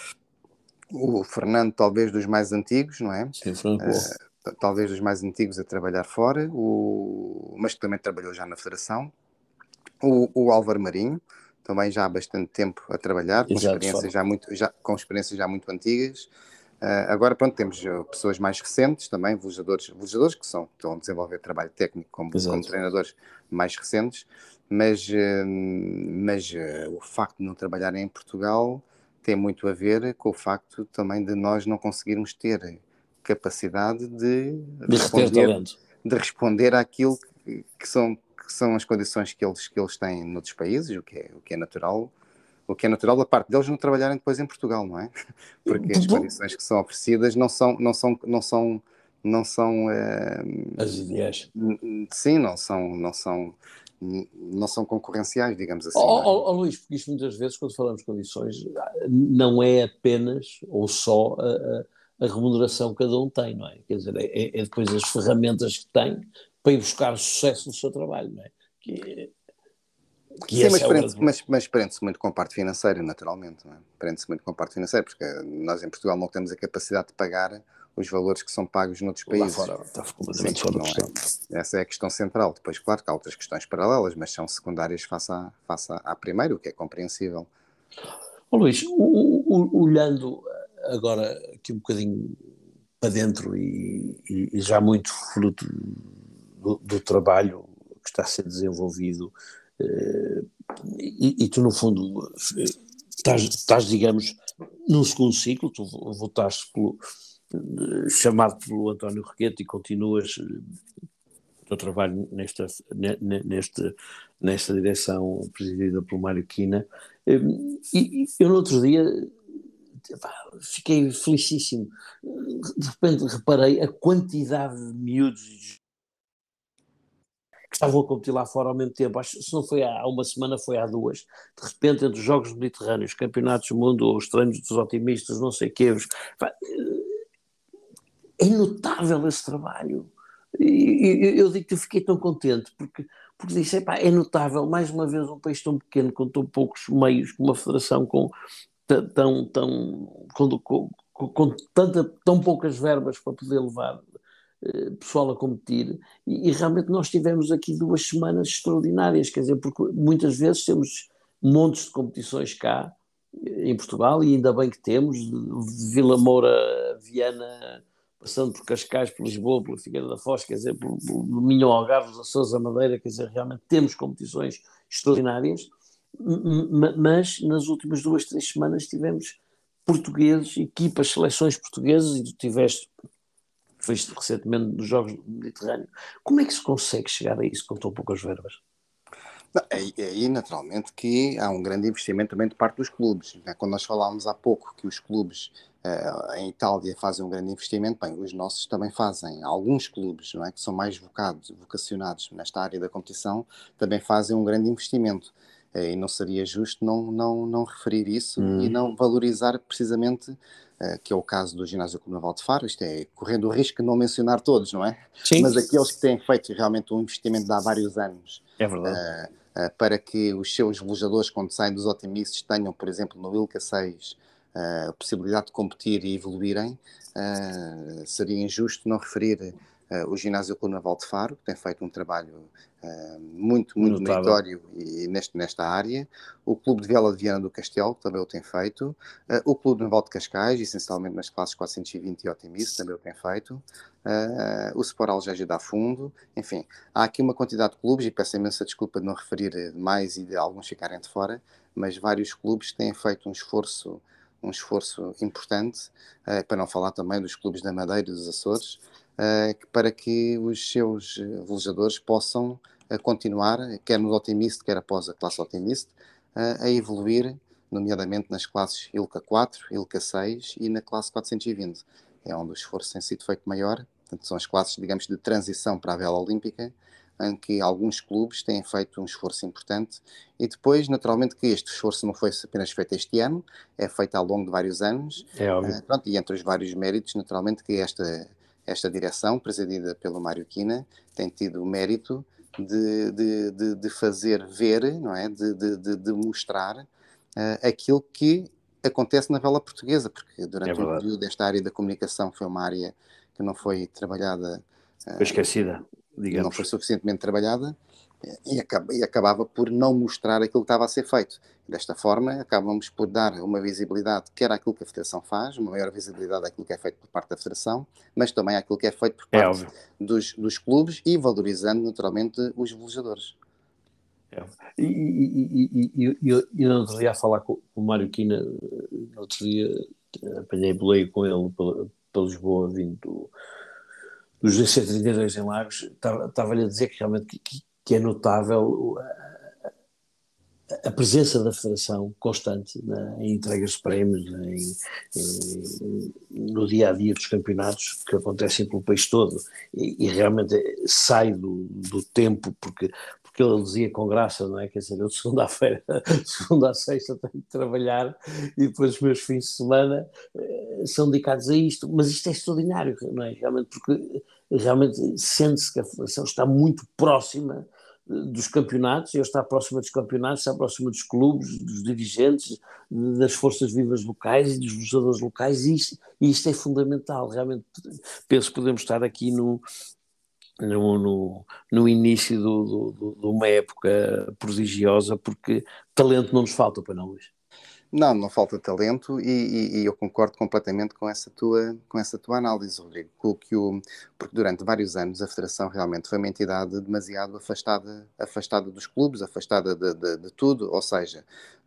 O Fernando, talvez dos mais antigos, não é? Sim, Franco. Uh, talvez dos mais antigos a trabalhar fora, o, mas que também trabalhou já na federação. O, o Álvaro Marinho, também já há bastante tempo a trabalhar, com experiências já muito, já, com experiências já muito antigas. Uh, agora, pronto, temos uh, pessoas mais recentes também, velejadores, velejadores que são, estão a desenvolver trabalho técnico como, como treinadores mais recentes, mas, uh, mas uh, o facto de não trabalharem em Portugal tem muito a ver com o facto também de nós não conseguirmos ter capacidade de, de responder, de responder àquilo que, que, são, que são as condições que eles, que eles têm noutros países, o que é, o que é natural. O que é natural da parte deles não trabalharem depois em Portugal, não é? Porque as condições que são oferecidas não são, não são, não são, não são uh, as ideais. Sim, não são, não são, não são concorrenciais, digamos assim. Oh, é? oh, oh, Luís, porque isto muitas vezes, quando falamos de condições, não é apenas ou só a, a, a remuneração que cada um tem, não é? Quer dizer, é, é depois as ferramentas que tem para ir buscar sucesso no seu trabalho, não é? Que, Que Sim, mas, é prende mas, mas prende-se muito com a parte financeira, naturalmente. Não é? Prende-se muito com a parte financeira, porque nós em Portugal não temos a capacidade de pagar os valores que são pagos noutros países. Lá fora, está completamente fora da questão. É. Essa é a questão central. Depois, claro que há outras questões paralelas, mas são secundárias face à, face à primeira, o que é compreensível. Oh, Luís, o, o, olhando agora aqui um bocadinho para dentro e, e, e já muito fruto do, do trabalho que está a ser desenvolvido, Uh, e, e tu no fundo estás, estás digamos num segundo ciclo, tu votaste pelo, uh, chamado pelo António Roquete e continuas uh, o teu trabalho nesta, nesta, nesta direção presidida pelo Mário Quina, uh, e, e eu no outro dia fiquei felicíssimo, de repente reparei a quantidade de miúdos que estavam a competir lá fora ao mesmo tempo. Acho, se não foi há uma semana, foi há duas. De repente, entre os Jogos Mediterrâneos, Campeonatos do Mundo, os treinos dos otimistas, não sei o quê. É notável esse trabalho. E eu digo que eu fiquei tão contente, porque, porque disse, epá, é notável, mais uma vez, um país tão pequeno, com tão poucos meios, com uma federação com tão, tão, com, com, com tanta, tão poucas verbas para poder levar uh, pessoal a competir, e, e realmente nós tivemos aqui duas semanas extraordinárias, quer dizer, porque muitas vezes temos montes de competições cá, em Portugal, e ainda bem que temos, de Vila Moura, Viana, passando por Cascais, por Lisboa, pela Figueira da Foz, quer dizer, pelo, pelo Minho, Algarve, os Açores, a Madeira, quer dizer, realmente temos competições extraordinárias, mas nas últimas duas, três semanas tivemos portugueses, equipas, seleções portuguesas, e tu tiveste, foste recentemente nos Jogos do Mediterrâneo. Como é que se consegue chegar a isso com tão poucas verbas? Não, aí, aí, naturalmente, que há um grande investimento também de parte dos clubes, né? Quando nós falámos há pouco que os clubes uh, em Itália fazem um grande investimento, bem, os nossos também fazem. Alguns clubes, não é, que são mais vocados, vocacionados nesta área da competição, também fazem um grande investimento. Uh, e não seria justo não, não, não referir isso hum. e não valorizar precisamente, uh, que é o caso do Ginásio Clube Naval de Faro, isto é, correndo o risco de não mencionar todos, não é? Sim. Mas aqueles que têm feito realmente um investimento de há vários anos. É verdade. Uh, Uh, para que os seus velejadores, quando saem dos otimistas, tenham, por exemplo, no Ilka seis, uh, a possibilidade de competir e evoluírem, uh, seria injusto não referir uh, o Ginásio Clube Naval de Faro, que tem feito um trabalho uh, muito, muito Notável. meritório e, neste, nesta área, o Clube de Vela de Viana do Castelo, que também o tem feito, uh, o Clube Naval de Cascais, essencialmente nas classes quatrocentos e vinte e otimista, também o tem feito, Uh, o Sport Algésia da Fundo, enfim, há aqui uma quantidade de clubes, e peço imensa desculpa de não referir mais e de alguns ficarem de fora, mas vários clubes têm feito um esforço, um esforço importante, uh, para não falar também dos clubes da Madeira e dos Açores, uh, para que os seus velejadores possam uh, continuar, quer no Optimist, quer após a classe Optimist, uh, a evoluir, nomeadamente nas classes Ilka quatro, Ilka seis e na classe quatrocentos e vinte. É onde o esforço tem sido feito maior. Portanto, são as classes, digamos, de transição para a vela olímpica, em que alguns clubes têm feito um esforço importante. E depois, naturalmente, que este esforço não foi apenas feito este ano, é feito ao longo de vários anos. É óbvio. Uh, pronto, e entre os vários méritos, naturalmente, que esta, esta direção, presidida pelo Mário Quina, tem tido o mérito de, de, de, de fazer ver, não é? De, de, de, de mostrar uh, aquilo que acontece na vela portuguesa, porque durante é um período esta área da comunicação foi uma área que não foi trabalhada, foi esquecida, digamos. Não foi suficientemente trabalhada e, acaba, e acabava por não mostrar aquilo que estava a ser feito. Desta forma, acabamos por dar uma visibilidade, quer àquilo que a Federação faz, uma maior visibilidade àquilo que é feito por parte da Federação, mas também àquilo que é feito por parte é dos, dos clubes e valorizando naturalmente os velejadores. É. E, e, e, e eu, eu não devia falar com, com o Mário Quina, no outro dia apanhei boleio com ele para, para Lisboa, vindo do, dos G C trinta e dois em Lagos. Estava-lhe a dizer que realmente que, que é notável a, a presença da Federação constante, né, em entregas de prémios, né, em, em, no dia-a-dia dos campeonatos que acontecem pelo país todo, e, e realmente sai do, do tempo, porque porque ele dizia com graça, não é? Quer dizer, eu de segunda-feira, segunda a sexta tenho que trabalhar e depois os meus fins de semana eh, são dedicados a isto, mas isto é extraordinário, não é? Realmente, porque realmente sente-se que a Federação está muito próxima dos campeonatos, e está próxima dos campeonatos, está próxima dos clubes, dos dirigentes, das forças vivas locais e dos velejadores locais, e isto, e isto é fundamental, realmente. Penso que podemos estar aqui no No, no, no início do, do, de uma época prodigiosa, porque talento não nos falta, para não, Luís? Não, não falta talento e, e, e eu concordo completamente com essa tua, com essa tua análise, Rodrigo, que o, porque durante vários anos a Federação realmente foi uma entidade demasiado afastada, afastada dos clubes, afastada de, de, de tudo, ou seja,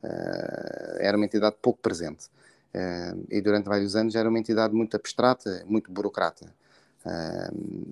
uh, era uma entidade pouco presente. Uh, e durante vários anos era uma entidade muito abstrata, muito burocrata. Uh,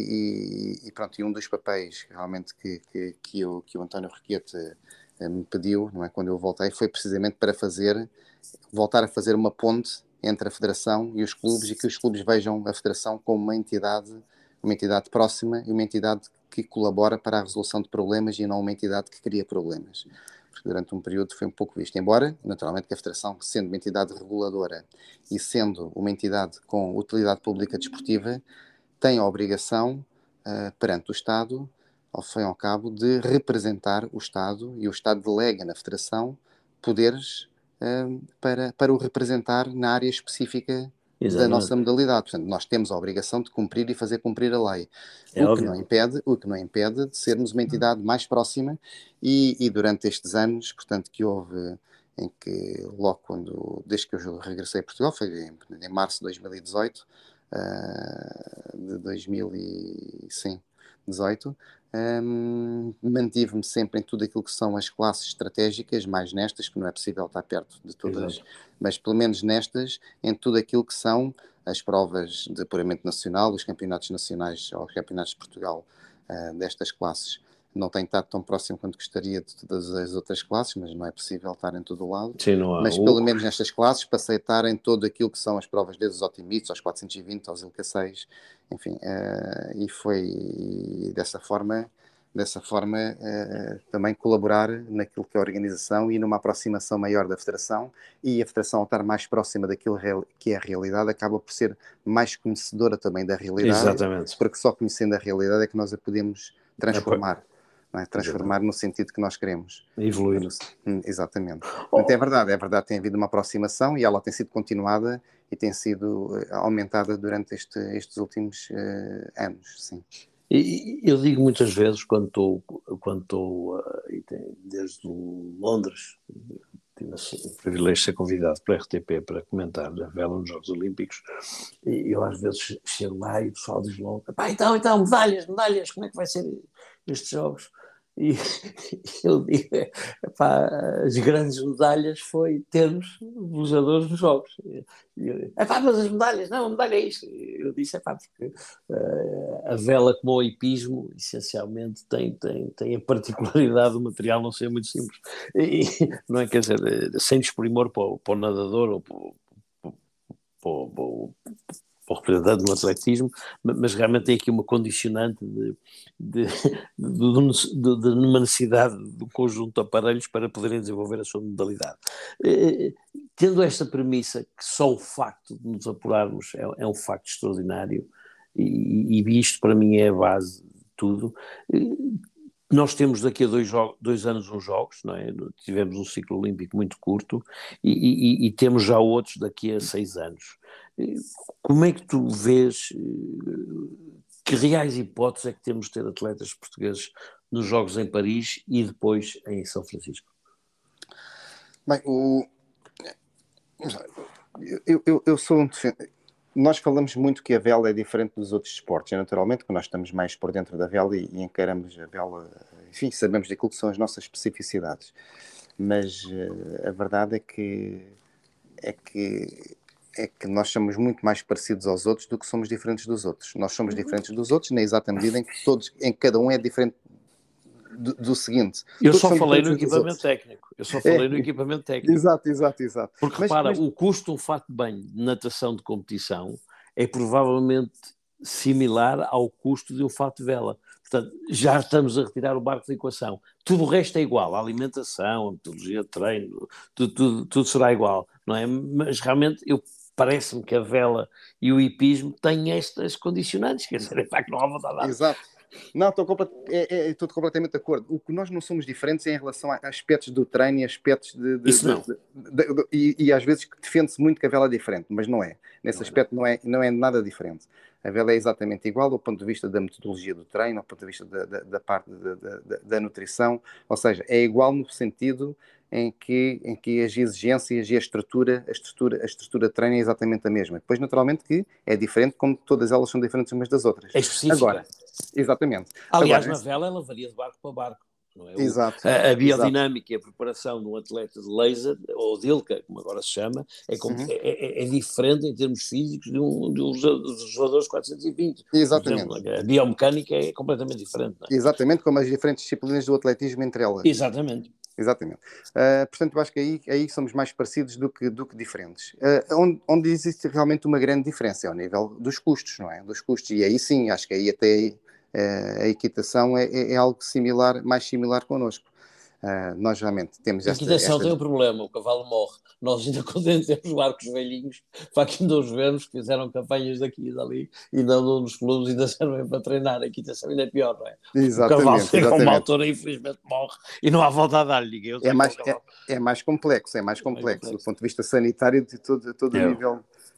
e, e, e pronto, e um dos papéis realmente que, que, que, eu, que o António Requete uh, me pediu, não é, quando eu voltei, foi precisamente para fazer, voltar a fazer uma ponte entre a Federação e os clubes, e que os clubes vejam a Federação como uma entidade, uma entidade próxima e uma entidade que colabora para a resolução de problemas e não uma entidade que cria problemas. Porque durante um período foi um pouco visto, embora, naturalmente, que a Federação, sendo uma entidade reguladora e sendo uma entidade com utilidade pública desportiva, tem a obrigação, uh, perante o Estado, ao fim e ao cabo, de representar o Estado, e o Estado delega na Federação poderes uh, para, para o representar na área específica da nossa modalidade. Portanto, nós temos a obrigação de cumprir e fazer cumprir a lei. É o, que óbvio. não impede, o que não impede de sermos uma entidade mais próxima e, e durante estes anos, portanto, que houve, em que logo quando, desde que eu regressei a Portugal, foi em, em março de dois mil e dezoito, uh, de dois mil e dezoito, um, mantive-me sempre em tudo aquilo que são as classes estratégicas, mais nestas, que não é possível estar perto de todas, Exato. mas pelo menos nestas, em tudo aquilo que são as provas de apuramento nacional, os campeonatos nacionais ou os campeonatos de Portugal uh, destas classes. Não tenho estado tão próximo quanto gostaria de todas as outras classes, mas não é possível estar em todo o lado. Sim, não há. Mas pelo menos nestas classes passei a estar em todo aquilo que são as provas, desde os Otimitos, aos quatrocentos e vinte, aos L K seis, enfim, uh, e foi dessa forma, dessa forma uh, também colaborar naquilo que é a organização e numa aproximação maior da Federação, e a Federação, ao estar mais próxima daquilo que é a realidade, acaba por ser mais conhecedora também da realidade. Exatamente. Porque só conhecendo a realidade é que nós a podemos transformar. Não é? Transformar no sentido que nós queremos. Evoluir. No, exatamente. Oh. Então é verdade, é verdade, tem havido uma aproximação e ela tem sido continuada e tem sido aumentada durante este, estes últimos uh, anos, sim. E eu digo muitas vezes, quando estou, quando estou uh, desde Londres, tive o privilégio de ser convidado pela R T P para comentar a vela nos Jogos Olímpicos, e eu às vezes chego lá e o pessoal diz logo, pá, então, então, medalhas, medalhas, como é que vai ser estes Jogos? E eu digo, pá, as grandes medalhas foi termos velejadores nos Jogos. E eu, pá, mas as medalhas, não, a medalha é isto. Eu disse, é pá, porque uh, a vela, como o hipismo, essencialmente tem, tem, tem a particularidade do material não ser muito simples. E, não é, quer dizer, sem desprimor para o, para o nadador ou para, para, para, para o representante do atletismo, mas realmente tem aqui uma condicionante de, de, de, de, de uma necessidade de um conjunto de aparelhos para poderem desenvolver a sua modalidade. Eh, tendo esta premissa que só o facto de nos apurarmos é, é um facto extraordinário, e, e isto para mim é a base de tudo. Eh, Nós temos daqui a dois, dois anos uns jogos, não é? Tivemos um ciclo olímpico muito curto e, e, e temos já outros daqui a seis anos. Como é que tu vês, que reais hipóteses é que temos de ter atletas portugueses nos Jogos em Paris e depois em São Francisco? Bem, o... eu, eu, eu sou um defensor. Nós falamos muito que a vela é diferente dos outros esportes, é naturalmente que nós estamos mais por dentro da vela e, e encaramos a vela, enfim, sabemos daquilo que são as nossas especificidades, mas uh, a verdade é que, é que é que nós somos muito mais parecidos aos outros do que somos diferentes dos outros. Nós somos diferentes dos outros na exata medida em que, todos, em que cada um é diferente do, do seguinte. Eu só falei no equipamento técnico. Eu só falei é, no equipamento técnico. Exato, exato, exato. Porque mas, repara, mas... o custo de um fato de banho de natação de competição é provavelmente similar ao custo de um fato de vela. Portanto, já estamos a retirar o barco da equação. Tudo o resto é igual. A alimentação, a metodologia de treino, tudo, tudo, tudo será igual, não é? Mas realmente eu parece-me que a vela e o hipismo têm estas condicionantes, quer dizer, é para que não há vontade de... Exato. Não, estou, complet... é, é, estou completamente de acordo. O que nós não somos diferentes é em relação a aspectos do treino e aspectos de... de Isso não. De, de, de, de, e, e às vezes defende-se muito que a vela é diferente, mas não é. Nesse não aspecto é. Não, é, não é nada diferente. A vela é exatamente igual do ponto de vista da metodologia do treino, do ponto de vista da, da, da parte da, da, da nutrição, ou seja, é igual no sentido em que, em que as exigências e a estrutura, a estrutura, a estrutura de treino é exatamente a mesma. Depois, naturalmente, que é diferente, como todas elas são diferentes umas das outras. É específica. Agora, exatamente. Aliás, Agora, na vela ela varia de barco para barco. Não é? O, exato, a, a biodinâmica exato. E a preparação de um atleta de laser, ou de Ilka, como agora se chama, é, como, uhum. é, é, é diferente em termos físicos de um, de um dos jogadores quatrocentos e vinte. Exatamente. Exemplo, a biomecânica é completamente diferente. Não é? Exatamente, como as diferentes disciplinas do atletismo entre elas. Exatamente. Exatamente. Uh, portanto, eu acho que aí, aí somos mais parecidos do que, do que diferentes. Uh, onde, onde existe realmente uma grande diferença é ao nível dos custos, não é? Dos custos. E aí sim, acho que aí até uh, a equitação é, é, é algo similar, mais similar connosco. Uh, nós realmente temos esta... A equitação esta... tem um problema, o cavalo morre. Nós ainda contentes temos barcos velhinhos, para aqui ainda os vemos, que fizeram campanhas daqui e dali, e não nos clubes, ainda servem para treinar. A equitação ainda é pior, não é? Exatamente, o cavalo chega a uma exatamente. altura e infelizmente morre, e não há volta a dar-lhe. É mais, é, é mais complexo, é mais complexo, é mais complexo, do ponto de vista sanitário, de todo, todo, é. o nível,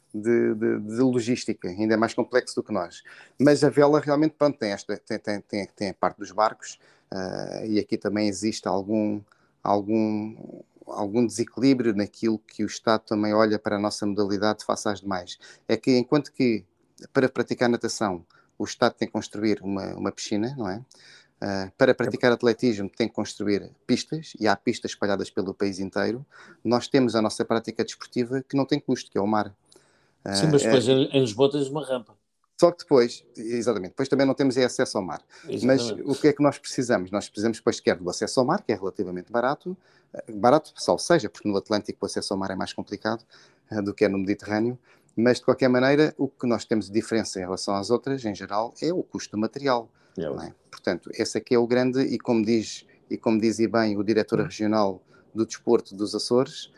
de, de, de logística, ainda é mais complexo do que nós. Mas a vela realmente, pronto, tem, esta, tem, tem, tem, tem a parte dos barcos, uh, e aqui também existe algum, algum, algum desequilíbrio naquilo que o Estado também olha para a nossa modalidade face às demais. É que enquanto que para praticar natação o Estado tem que construir uma, uma piscina, não é? Uh, para praticar atletismo tem que construir pistas, e há pistas espalhadas pelo país inteiro. Nós temos a nossa prática desportiva que não tem custo, que é o mar. Uh, Sim, mas depois é, em Lisboa tens uma rampa. Só que depois, exatamente, depois também não temos acesso ao mar. Exatamente. Mas o que é que nós precisamos? Nós precisamos depois quer do acesso ao mar, que é relativamente barato, barato, salvo seja, porque no Atlântico o acesso ao mar é mais complicado uh, do que é no Mediterrâneo, mas de qualquer maneira o que nós temos de diferença em relação às outras, em geral, é o custo do material. É. Não é? Portanto, esse aqui é o grande, e como diz, e como diz bem o diretor regional do desporto dos Açores,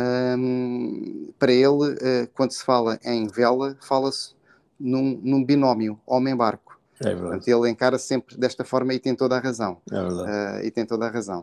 um, para ele, uh, quando se fala em vela, fala-se num, num binómio homem-barco. É Portanto, ele encara sempre desta forma e tem toda a razão. É verdade. Uh, e tem toda a razão.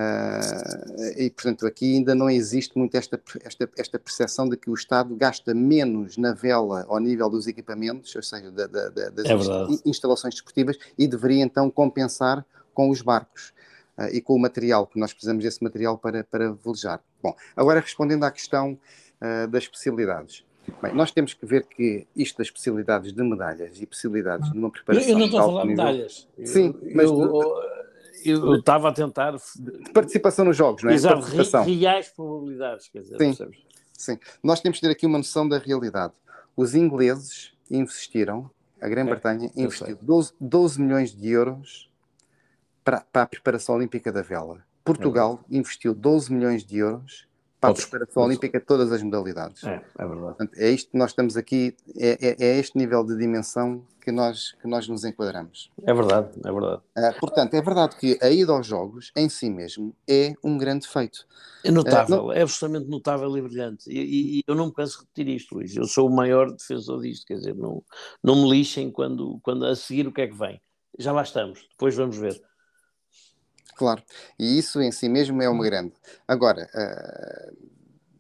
Uh, e, portanto, aqui ainda não existe muito esta, esta, esta percepção de que o Estado gasta menos na vela ao nível dos equipamentos, ou seja, da, da, da, das é instalações desportivas, e deveria então compensar com os barcos uh, e com o material, que nós precisamos desse material para, para velejar. Bom, agora respondendo à questão uh, das especialidades. Bem, nós temos que ver que isto das especialidades de medalhas e possibilidades de uma preparação... Eu, eu não estou a falar de nível, medalhas. Sim, eu, mas... Eu, eu estava a tentar... De participação nos jogos, não é? Exato, reais probabilidades, quer dizer, sim, percebes? Sim, nós temos que ter aqui uma noção da realidade. Os ingleses investiram, a Grã-Bretanha é, investiu doze, doze milhões de euros para, para a preparação olímpica da vela. Portugal é investiu doze milhões de euros para Outros, a preparação outros. olímpica de todas as modalidades. É, é verdade. Portanto, é isto que nós estamos aqui, é, é, é este nível de dimensão que nós, que nós nos enquadramos. É verdade, é verdade. Uh, portanto, é verdade que a ida aos jogos, em si mesmo, é um grande feito. É notável, uh, não... é absolutamente notável e brilhante. E, e, e eu não me canso de repetir isto, Luís. Eu sou o maior defensor disto, quer dizer, não, não me lixem quando, quando a seguir o que é que vem. Já lá estamos, depois vamos ver. Claro, e isso em si mesmo é uma grande. Agora... Uh...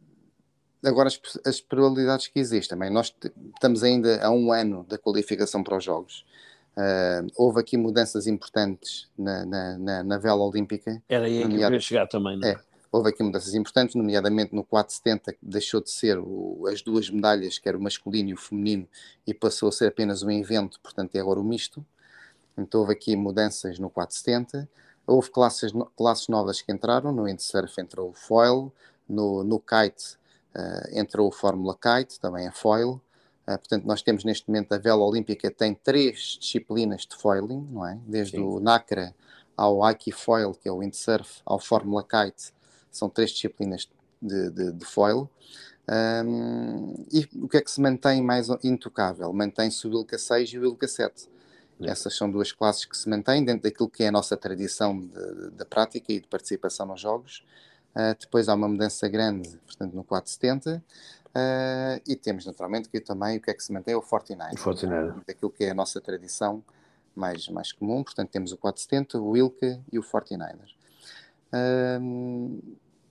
Agora, as, as probabilidades que existem, também, nós t- estamos ainda a um ano da qualificação para os Jogos. Uh, houve aqui mudanças importantes na, na, na, na vela olímpica. Era aí nomeado... que eu queria chegar também, não é? é? Houve aqui mudanças importantes, nomeadamente no quatrocentos e setenta, que deixou de ser o, as duas medalhas, que era o masculino e o feminino, e passou a ser apenas um evento, portanto é agora o misto. Então houve aqui mudanças no quatrocentos e setenta. Houve classes, classes novas que entraram, no windsurf entrou o foil, no, no kite Uh, entrou o Fórmula Kite, também a foil. Uh, portanto, nós temos neste momento a vela olímpica tem três disciplinas de foiling, não é? Desde Sim. o NACRA ao Aiki Foil, que é o windsurf, ao Fórmula Kite, são três disciplinas de, de, de foil. Um, e o que é que se mantém mais intocável? Mantém-se o Ilka seis e o Ilka sete. É. Essas são duas classes que se mantêm dentro daquilo que é a nossa tradição de, de prática e de participação nos jogos. Uh, depois há uma mudança grande, portanto, no quatrocentos e setenta, uh, e temos naturalmente que também o que é que se mantém é o quarenta e nove, o quarenta e nove. Daquilo que é a nossa tradição mais, mais comum, portanto temos o quatrocentos e setenta, o Ilka e o quarenta e nove. Uh,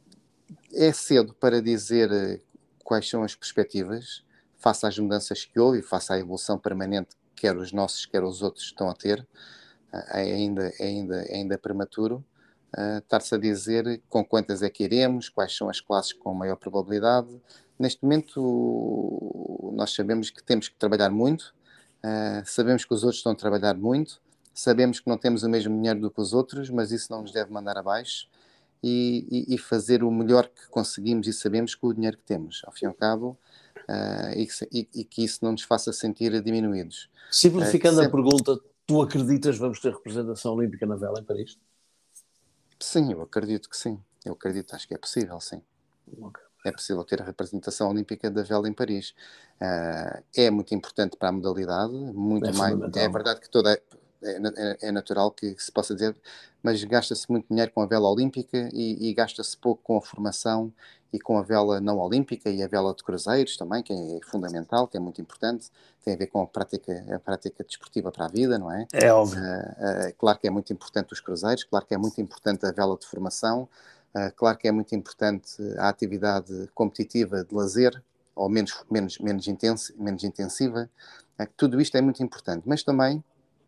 é cedo para dizer quais são as perspectivas, face às mudanças que houve e face à evolução permanente que quer os nossos, quer os outros estão a ter, uh, é, ainda, é, ainda, é ainda prematuro. Uh, estar-se a dizer com quantas é que iremos, quais são as classes com maior probabilidade. Neste momento, nós sabemos que temos que trabalhar muito, uh, sabemos que os outros estão a trabalhar muito, sabemos que não temos o mesmo dinheiro do que os outros, mas isso não nos deve mandar abaixo e, e, e fazer o melhor que conseguimos e sabemos com o dinheiro que temos, ao fim e ao cabo, uh, e, e, e que isso não nos faça sentir diminuídos. Simplificando uh, sempre... a pergunta, tu acreditas que vamos ter representação olímpica na vela em Paris? Sim, eu acredito que sim. Eu acredito, acho que é possível, sim. Okay. É possível ter a representação olímpica da vela em Paris. Uh, é muito importante para a modalidade, muito é mais. É verdade que toda. É, é, é natural que se possa dizer, mas gasta-se muito dinheiro com a vela olímpica e, e gasta-se pouco com a formação e com a vela não olímpica e a vela de cruzeiros também, que é fundamental, que é muito importante, tem a ver com a prática, a prática desportiva para a vida, não é? É óbvio. Uh, uh, claro que é muito importante os cruzeiros, claro que é muito importante a vela de formação, uh, claro que é muito importante a atividade competitiva de lazer ou menos, menos, menos, intensa, menos intensiva. Uh, tudo isto é muito importante, mas também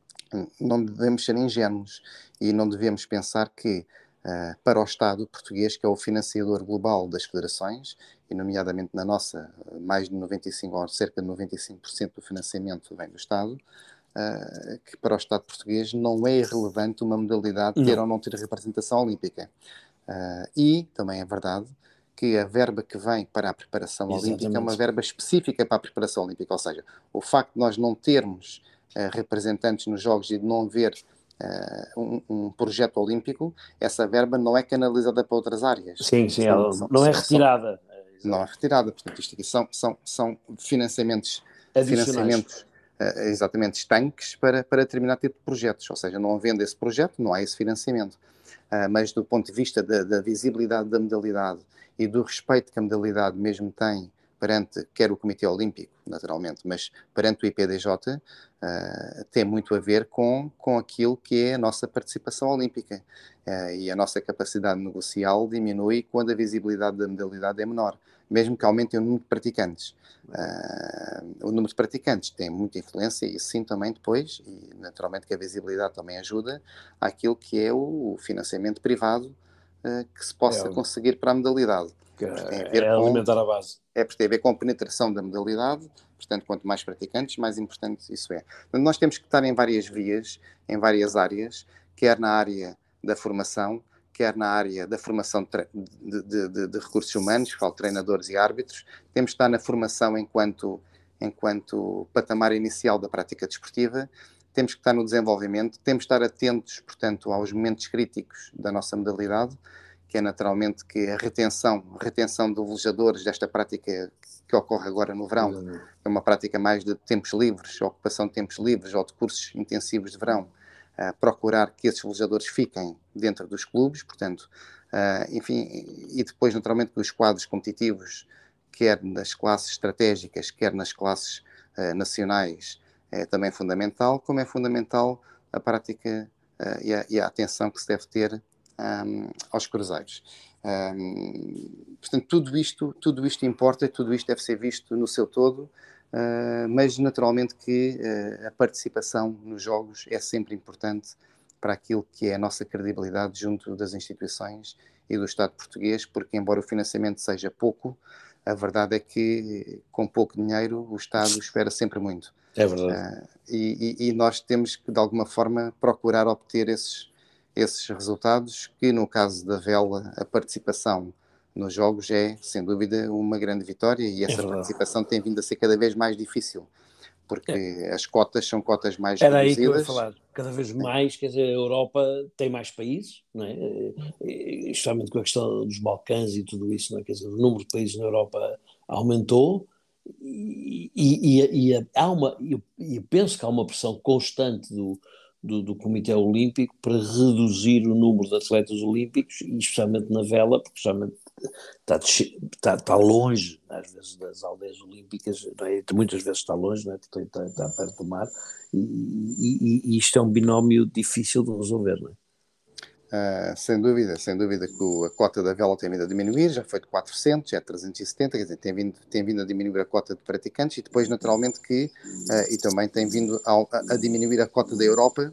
não devemos ser ingênuos e não devemos pensar que uh, para o Estado português, que é o financiador global das federações, e nomeadamente na nossa, mais de noventa e cinco por cento, ou cerca de noventa e cinco por cento do financiamento vem do Estado, uh, que para o Estado português não é irrelevante uma modalidade ter não. ou não ter representação olímpica. Uh, e também é verdade que a verba que vem para a preparação Exatamente. olímpica é uma verba específica para a preparação olímpica, ou seja, o facto de nós não termos Uh, representantes nos Jogos e de não haver uh, um, um projeto olímpico, essa verba não é canalizada para outras áreas. Sim, sim, São, ela são, não é são, são, retirada. não é retirada. Portanto, isto aqui são, são, são financiamentos, financiamentos uh, exatamente estanques para, para determinado tipo de projetos. Ou seja, não havendo esse projeto, não há esse financiamento. Uh, mas do ponto de vista da, da visibilidade da modalidade e do respeito que a modalidade mesmo tem perante, quer o Comitê Olímpico, naturalmente, mas perante o I P D J, uh, tem muito a ver com, com aquilo que é a nossa participação olímpica. Uh, e a nossa capacidade negocial diminui quando a visibilidade da modalidade é menor, mesmo que aumente o número de praticantes. Uh, o número de praticantes tem muita influência, e sim também depois, e naturalmente que a visibilidade também ajuda, àquilo que é o financiamento privado uh, que se possa é, conseguir para a modalidade. Tem a ver é com, alimentar a base. É porque tem a ver com a penetração da modalidade, portanto, quanto mais praticantes, mais importante isso é. Portanto, nós temos que estar em várias vias, em várias áreas, quer na área da formação, quer na área da formação de, de, de, de recursos humanos, falo treinadores e árbitros, temos que estar na formação enquanto, enquanto patamar inicial da prática desportiva, temos que estar no desenvolvimento, temos que estar atentos, portanto, aos momentos críticos da nossa modalidade, que é naturalmente que a retenção, a retenção de velejadores desta prática que ocorre agora no verão, uhum. é uma prática mais de tempos livres, ocupação de tempos livres ou de cursos intensivos de verão, uh, procurar que esses velejadores fiquem dentro dos clubes, portanto, uh, enfim, e depois naturalmente que os quadros competitivos, quer nas classes estratégicas, quer nas classes uh, nacionais, é também fundamental, como é fundamental a prática uh, e, a, e a atenção que se deve ter Um, aos cruzeiros. Um, portanto, tudo isto, tudo isto importa, tudo isto deve ser visto no seu todo, uh, mas naturalmente que uh, a participação nos jogos é sempre importante para aquilo que é a nossa credibilidade junto das instituições e do Estado português, porque embora o financiamento seja pouco, a verdade é que com pouco dinheiro o Estado espera sempre muito. É verdade. Uh, e, e, e nós temos que, de alguma forma, procurar obter esses esses resultados, que no caso da vela, a participação nos jogos é, sem dúvida, uma grande vitória, e essa é participação tem vindo a ser cada vez mais difícil, porque é. as cotas são cotas mais Era reduzidas. Era aí que eu ia falar, cada vez mais, quer dizer, a Europa tem mais países, não é? E, justamente com a questão dos Balcãs e tudo isso, não é? Quer dizer, o número de países na Europa aumentou, e, e, e, e há uma, eu, eu penso que há uma pressão constante do Do, do Comitê Olímpico para reduzir o número de atletas olímpicos, e especialmente na vela, porque especialmente está, está, está longe, às vezes, das aldeias olímpicas, não é? Muitas vezes está longe, não é? Porque está, está perto do mar, e, e, e isto é um binómio difícil de resolver, não é? Uh, sem dúvida, sem dúvida que o, a cota da vela tem vindo a diminuir, já foi de quatrocentos, já é trezentos e setenta, quer dizer, tem vindo, tem vindo a diminuir a cota de praticantes, e depois naturalmente que, uh, e também tem vindo a, a diminuir a cota da Europa,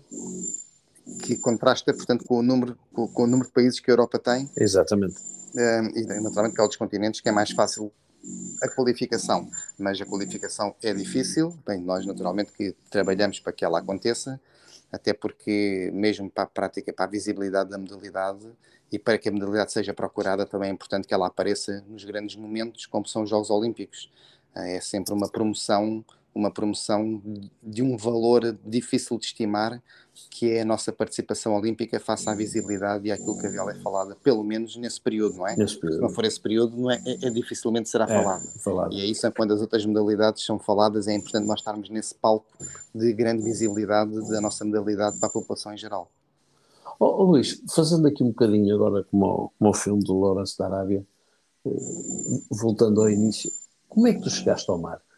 que contrasta, portanto, com o número, com, com o número de países que a Europa tem. Exatamente. Uh, e naturalmente que há outros continentes que é mais fácil a qualificação, mas a qualificação é difícil, bem, nós naturalmente que trabalhamos para que ela aconteça, até porque mesmo para a prática, para a visibilidade da modalidade e para que a modalidade seja procurada, também é importante que ela apareça nos grandes momentos, como são os Jogos Olímpicos. É sempre uma promoção, uma promoção de um valor difícil de estimar, que é a nossa participação olímpica face à visibilidade e àquilo que a vela é falada, pelo menos nesse período, não é? Nesse período. Se não for esse período, não é, é, é dificilmente será é, falado. falado. E é isso, quando as outras modalidades são faladas, é importante nós estarmos nesse palco de grande visibilidade da nossa modalidade para a população em geral. Oh, oh, Luís, fazendo aqui um bocadinho agora como o, como o filme do Lawrence da Arábia, voltando ao início, como é que tu chegaste ao mar?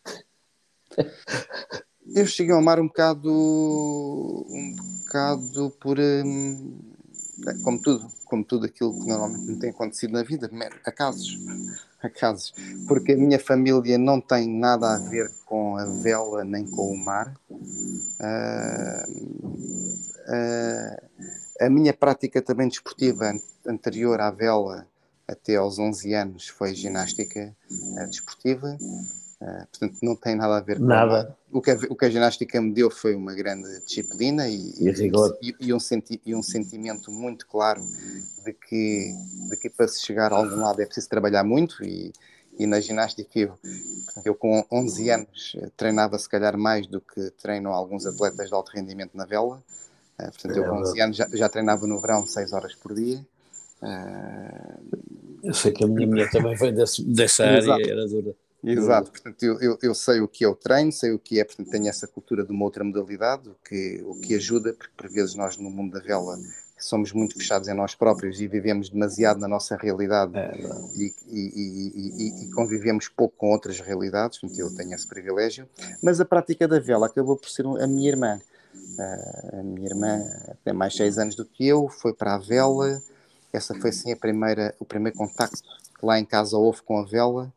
Eu cheguei ao mar um bocado, um bocado por, hum, como tudo, como tudo aquilo que normalmente me tem acontecido na vida, acasos, acasos, porque a minha família não tem nada a ver com a vela nem com o mar. Uh, uh, a minha prática também desportiva anterior à vela, até aos onze anos, foi ginástica uh, desportiva. Uh, portanto, não tem nada a ver com nada. O que, a, o que a ginástica me deu foi uma grande disciplina e, e, e, e, um, senti, e um sentimento muito claro de que, de que para se chegar a algum lado é preciso trabalhar muito e, e na ginástica eu, eu com onze anos treinava se calhar mais do que treinam alguns atletas de alto rendimento na vela. Uh, portanto, eu com onze anos já, já treinava no verão seis horas por dia. Uh, eu sei que a minha mulher também veio desse, dessa área e era dura. Exato, portanto eu, eu, eu sei o que é o treino, sei o que é, portanto tenho essa cultura de uma outra modalidade, o que, o que ajuda, porque por vezes nós no mundo da vela somos muito fechados em nós próprios e vivemos demasiado na nossa realidade é, e, e, e, e, e convivemos pouco com outras realidades, portanto eu tenho esse privilégio, mas a prática da vela acabou por ser a minha irmã, a minha irmã tem mais seis anos do que eu, foi para a vela, essa foi sim a primeira, o primeiro contacto que lá em casa houve com a vela.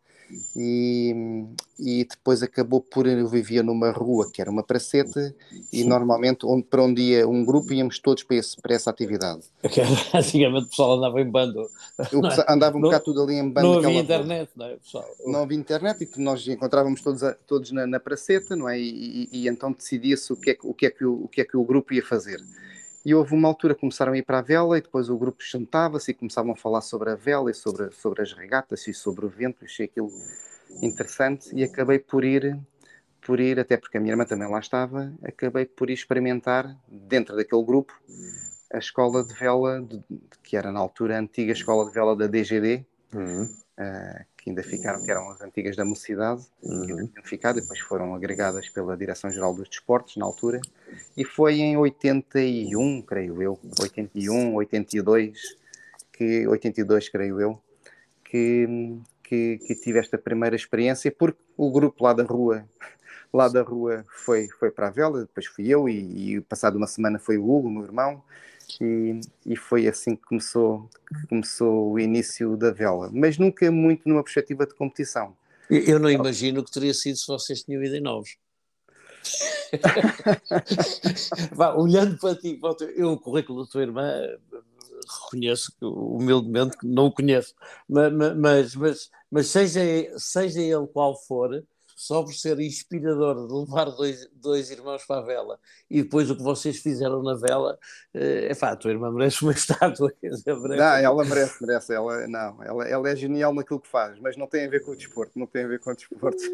E, e depois acabou por eu vivia numa rua que era uma praceta e normalmente onde, para um dia um grupo íamos todos para, esse, para essa atividade. Antigamente o pessoal andava em bando. Eu andava um não, bocado tudo ali em bando. Não havia internet, rua. Não é, pessoal? Não havia internet e nós encontrávamos todos, a, todos na, na praceta, não é? E, e, e então decidia-se o que, é, o, que é que o, o que é que o grupo ia fazer. E houve uma altura que começaram a ir para a vela e depois o grupo juntava-se e começavam a falar sobre a vela e sobre, sobre as regatas e sobre o vento. Achei aquilo interessante e acabei por ir, por ir, até porque a minha irmã também lá estava, acabei por ir experimentar, dentro daquele grupo, a escola de vela, de, que era na altura a antiga escola de vela da D G D, uhum. uh, que ainda ficaram, que eram as antigas da Mocidade, uhum. que ainda tinham ficado, depois foram agregadas pela Direção-Geral dos Desportos, na altura, e foi em oitenta e um, creio eu, oitenta e um, oitenta e dois, que, oitenta e dois, creio eu, que, que, que tive esta primeira experiência, porque o grupo lá da rua, lá da rua foi, foi para a vela, depois fui eu, e, e passado uma semana foi o Hugo, meu irmão, E, e foi assim que começou, que começou o início da vela, mas nunca muito numa perspectiva de competição. Eu não imagino que teria sido se vocês tinham ido em novos. Vá, olhando para ti, eu o currículo da tua irmã reconheço que humildemente que não o conheço, mas, mas, mas, mas seja, seja ele qual for, só por ser inspirador de levar dois, dois irmãos para a vela e depois o que vocês fizeram na vela, é pá, a tua irmã merece uma estátua. Quer dizer, merece. Não, ela merece, merece, ela, não, ela, ela é genial naquilo que faz, mas não tem a ver com o desporto, não tem a ver com o desporto.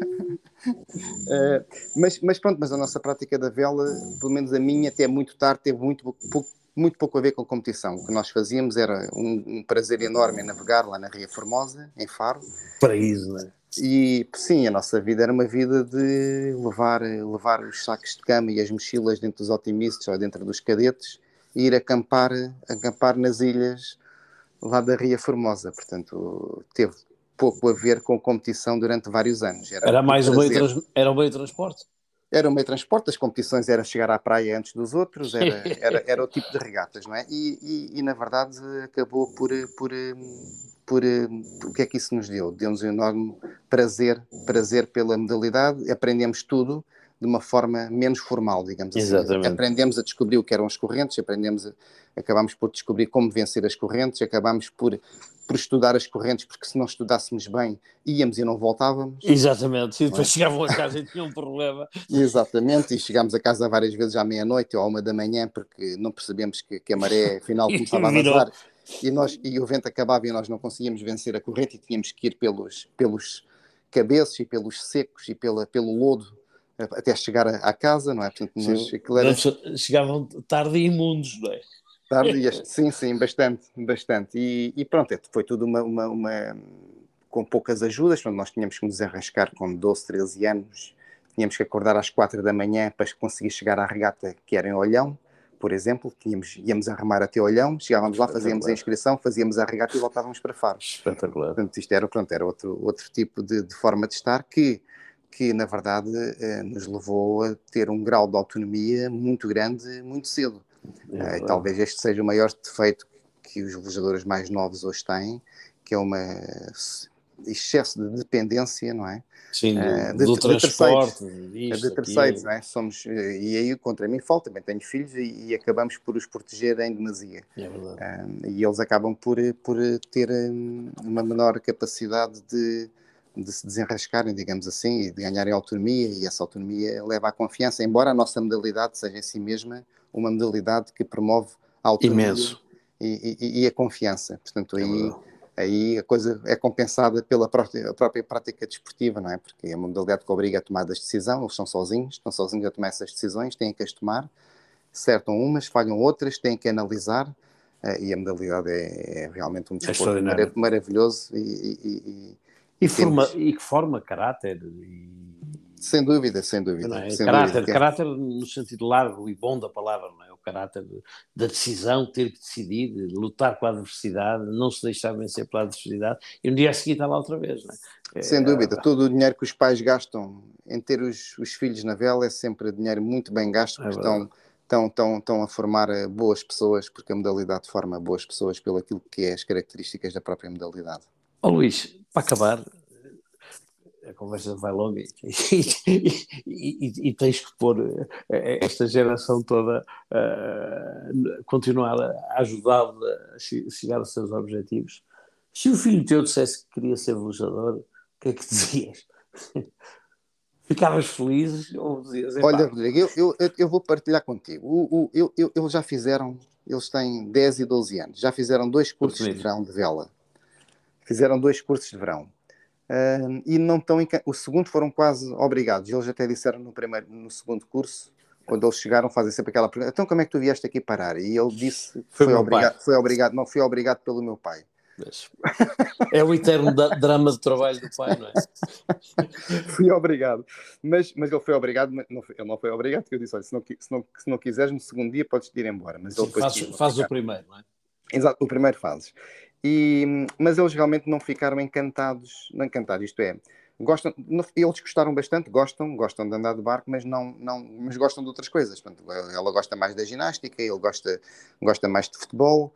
uh, mas, mas pronto, mas a nossa prática da vela, pelo menos a minha, até muito tarde, teve muito pouco, muito pouco a ver com a competição. O que nós fazíamos era um, um prazer enorme em navegar lá na Ria Formosa, em Faro. Paraíso, não é? E sim, a nossa vida era uma vida de levar, levar os sacos de cama e as mochilas dentro dos otimistas ou dentro dos cadetes e ir acampar, acampar nas ilhas lá da Ria Formosa. Portanto, teve pouco a ver com competição durante vários anos. Era, era mais um meio, trans, era um meio de transporte? Era um meio de transporte, as competições eram chegar à praia antes dos outros, era, era, era o tipo de regatas, não é? E, e, e na verdade acabou por... por Por, por o que é que isso nos deu? Deu-nos um enorme prazer, prazer pela modalidade, aprendemos tudo de uma forma menos formal, digamos assim. Exatamente. Aprendemos a descobrir o que eram as correntes, aprendemos a, acabámos por descobrir como vencer as correntes, acabámos por, por estudar as correntes, porque se não estudássemos bem, íamos e não voltávamos. Exatamente, e depois é? Chegavam a casa e tinham um problema. Exatamente, e chegámos a casa várias vezes à meia-noite ou à uma da manhã, porque não percebemos que, que a maré afinal começava a vazar. E, nós, e o vento acabava e nós não conseguíamos vencer a corrente e tínhamos que ir pelos, pelos cabeços e pelos secos e pela, pelo lodo até chegar a, à casa, não é? Portanto, nós, era... Chegavam tarde e imundos, não é? Tarde e sim, sim, bastante, bastante. E, e pronto, foi tudo uma, uma, uma... com poucas ajudas, portanto, nós tínhamos que nos arriscar com doze, treze anos, tínhamos que acordar às quatro da manhã para conseguir chegar à regata que era em Olhão, por exemplo, tínhamos, íamos a remar até Olhão, chegávamos lá, fazíamos a inscrição, fazíamos a regata e voltávamos para Faro. Espetacular. Portanto, isto era, pronto, era outro, outro tipo de, de forma de estar que, que na verdade, eh, nos levou a ter um grau de autonomia muito grande, muito cedo. É, uh, e talvez este seja o maior defeito que os velejadores mais novos hoje têm, que é uma excesso de dependência, não é? Sim, do, uh, de, do de transporte, terceiros, disto, de terceiros, não aquilo. é? Somos, e aí contra mim falo, também tenho filhos e, e acabamos por os proteger em demasia. É verdade. Uh, e eles acabam por, por ter um, uma menor capacidade de, de se desenrascarem, digamos assim, e de ganharem autonomia, e essa autonomia leva à confiança, embora a nossa modalidade seja em si mesma uma modalidade que promove a autonomia Imenso. E, e, e a confiança. Portanto, É aí, verdade. aí a coisa é compensada pela própria, a própria prática desportiva, não é? Porque é uma modalidade que obriga a tomar as decisões, eles são sozinhos, estão sozinhos a tomar essas decisões, têm que as tomar, acertam umas, falham outras, têm que analisar, uh, e a modalidade é, é realmente um desporto É marav- maravilhoso e, e, e, e, e forma, temos... e que forma caráter e... Sem dúvida, sem Não dúvida. é? Sem Caráter, dúvida. caráter no sentido largo e bom da palavra, não é? O caráter de, da decisão, ter que decidir, de lutar com a adversidade, não se deixar vencer pela adversidade e no dia a seguir está lá outra vez, não é? Sem É, dúvida, todo o dinheiro que os pais gastam em ter os, os filhos na vela é sempre dinheiro muito bem gasto, porque é estão, estão, estão, estão a formar boas pessoas, porque a modalidade forma boas pessoas pelo aquilo que é as características da própria modalidade. Ó oh, Luís, para acabar, a conversa vai longa e, e, e, e tens que pôr esta geração toda uh, continuar a ajudá-lo a chegar aos seus objetivos. Se o filho teu dissesse que queria ser velejador, o que é que dizias? Ficavas feliz ou dizias, olha, Rodrigo, eu, eu, eu vou partilhar contigo. O, o, eu, eu, eles já fizeram, eles têm dez e doze anos, já fizeram dois cursos de verão de vela. Fizeram dois cursos de verão. Uh, e não estão encan... o segundo foram quase obrigados, eles até disseram no, primeiro, no segundo curso, quando eles chegaram, fazem sempre aquela pergunta, então como é que tu vieste aqui parar? E ele disse, foi, foi obrigado, foi obrigado, não, fui obrigado pelo meu pai. É o eterno drama de trabalho do pai, não é? Fui obrigado, mas, mas ele foi obrigado, mas não foi, ele não foi obrigado, porque eu disse, olha, se não, se não, se não quiseres no segundo dia podes ir embora. Mas Sim, ele depois faz, faz o primeiro, não é? Exato, o primeiro fazes. E, mas eles realmente não ficaram encantados, não encantados, isto é, gostam, eles gostaram bastante, gostam, gostam de andar de barco, mas não, não, mas gostam de outras coisas. Portanto, ela gosta mais da ginástica, ele gosta, gosta mais de futebol,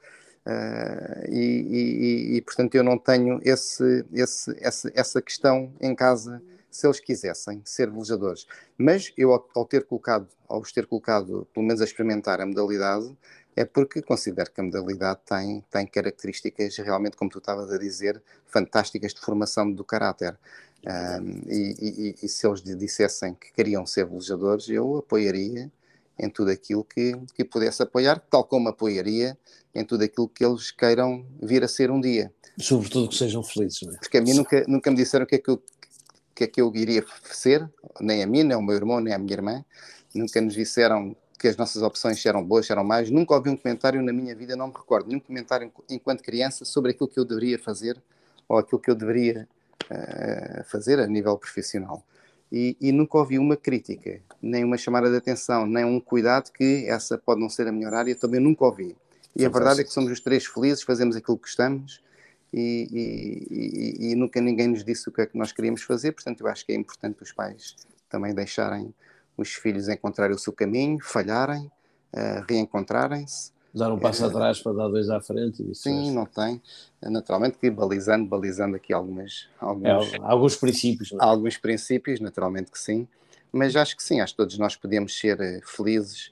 uh, e, e, e, portanto eu não tenho esse, esse, essa, essa questão em casa, se eles quisessem ser velejadores. Mas eu, ao, ao ter colocado, ao os ter colocado, pelo menos a experimentar a modalidade, é porque considero que a modalidade tem, tem características realmente, como tu estavas a dizer, fantásticas de formação do caráter. Um, e, e, e se eles dissessem que queriam ser velejadores, eu apoiaria em tudo aquilo que, que pudesse apoiar, tal como apoiaria em tudo aquilo que eles queiram vir a ser um dia. Sobretudo que sejam felizes, não é? Porque a mim nunca, nunca me disseram o que é que eu, que é que eu iria ser, nem a mim, nem ao meu irmão, nem à minha irmã. Nunca nos disseram que as nossas opções eram boas, eram mais. Nunca ouvi um comentário na minha vida, não me recordo, nenhum comentário enquanto criança sobre aquilo que eu deveria fazer ou aquilo que eu deveria uh, fazer a nível profissional. E, e nunca ouvi uma crítica, nem uma chamada de atenção, nem um cuidado que essa pode não ser a melhor área, também nunca ouvi. E Fantástico. A verdade é que somos os três felizes, fazemos aquilo que gostamos e, e, e, e nunca ninguém nos disse o que é que nós queríamos fazer, portanto eu acho que é importante os pais também deixarem os filhos encontrarem o seu caminho, falharem, uh, reencontrarem-se. Dar um passo uh, atrás para dar dois à frente. E sim, não tem. Naturalmente que balizando, balizando aqui algumas, alguns, é, alguns princípios. Não é? Alguns princípios, naturalmente que sim. Mas acho que sim, acho que todos nós podemos ser uh, felizes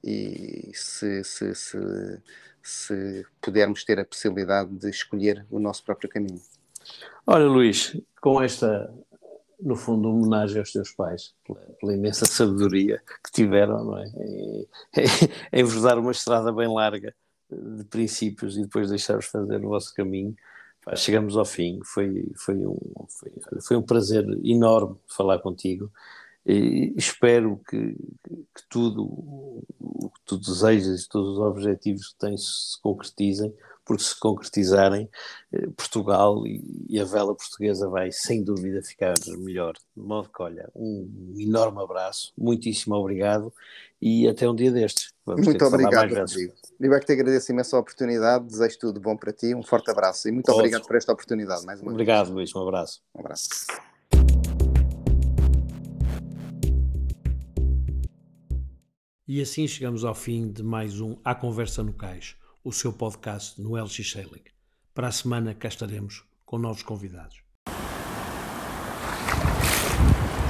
e se, se, se, se pudermos ter a possibilidade de escolher o nosso próprio caminho. Olha, Luís, com esta... no fundo, homenagem aos teus pais, pela, pela imensa sabedoria que tiveram, não é? Em, em vos dar uma estrada bem larga de princípios e depois deixar-vos fazer o vosso caminho. Chegamos ao fim, foi, foi, um, foi, foi um prazer enorme falar contigo e espero que, que tudo o que tu desejas e todos os objetivos que tens se concretizem, porque se concretizarem, Portugal e a vela portuguesa vai sem dúvida ficar melhor. De modo que, olha, um enorme abraço, muitíssimo obrigado e até um dia destes. Vamos muito obrigado, Rodrigo. Eu é que te agradeço imenso a oportunidade, desejo tudo bom para ti, um forte abraço e muito Outro. obrigado por esta oportunidade mais uma obrigado, vez. Luís, um abraço. Um abraço. E assim chegamos ao fim de mais um À Conversa no Cais, o seu podcast no L X Sailing. Para a semana cá estaremos com novos convidados.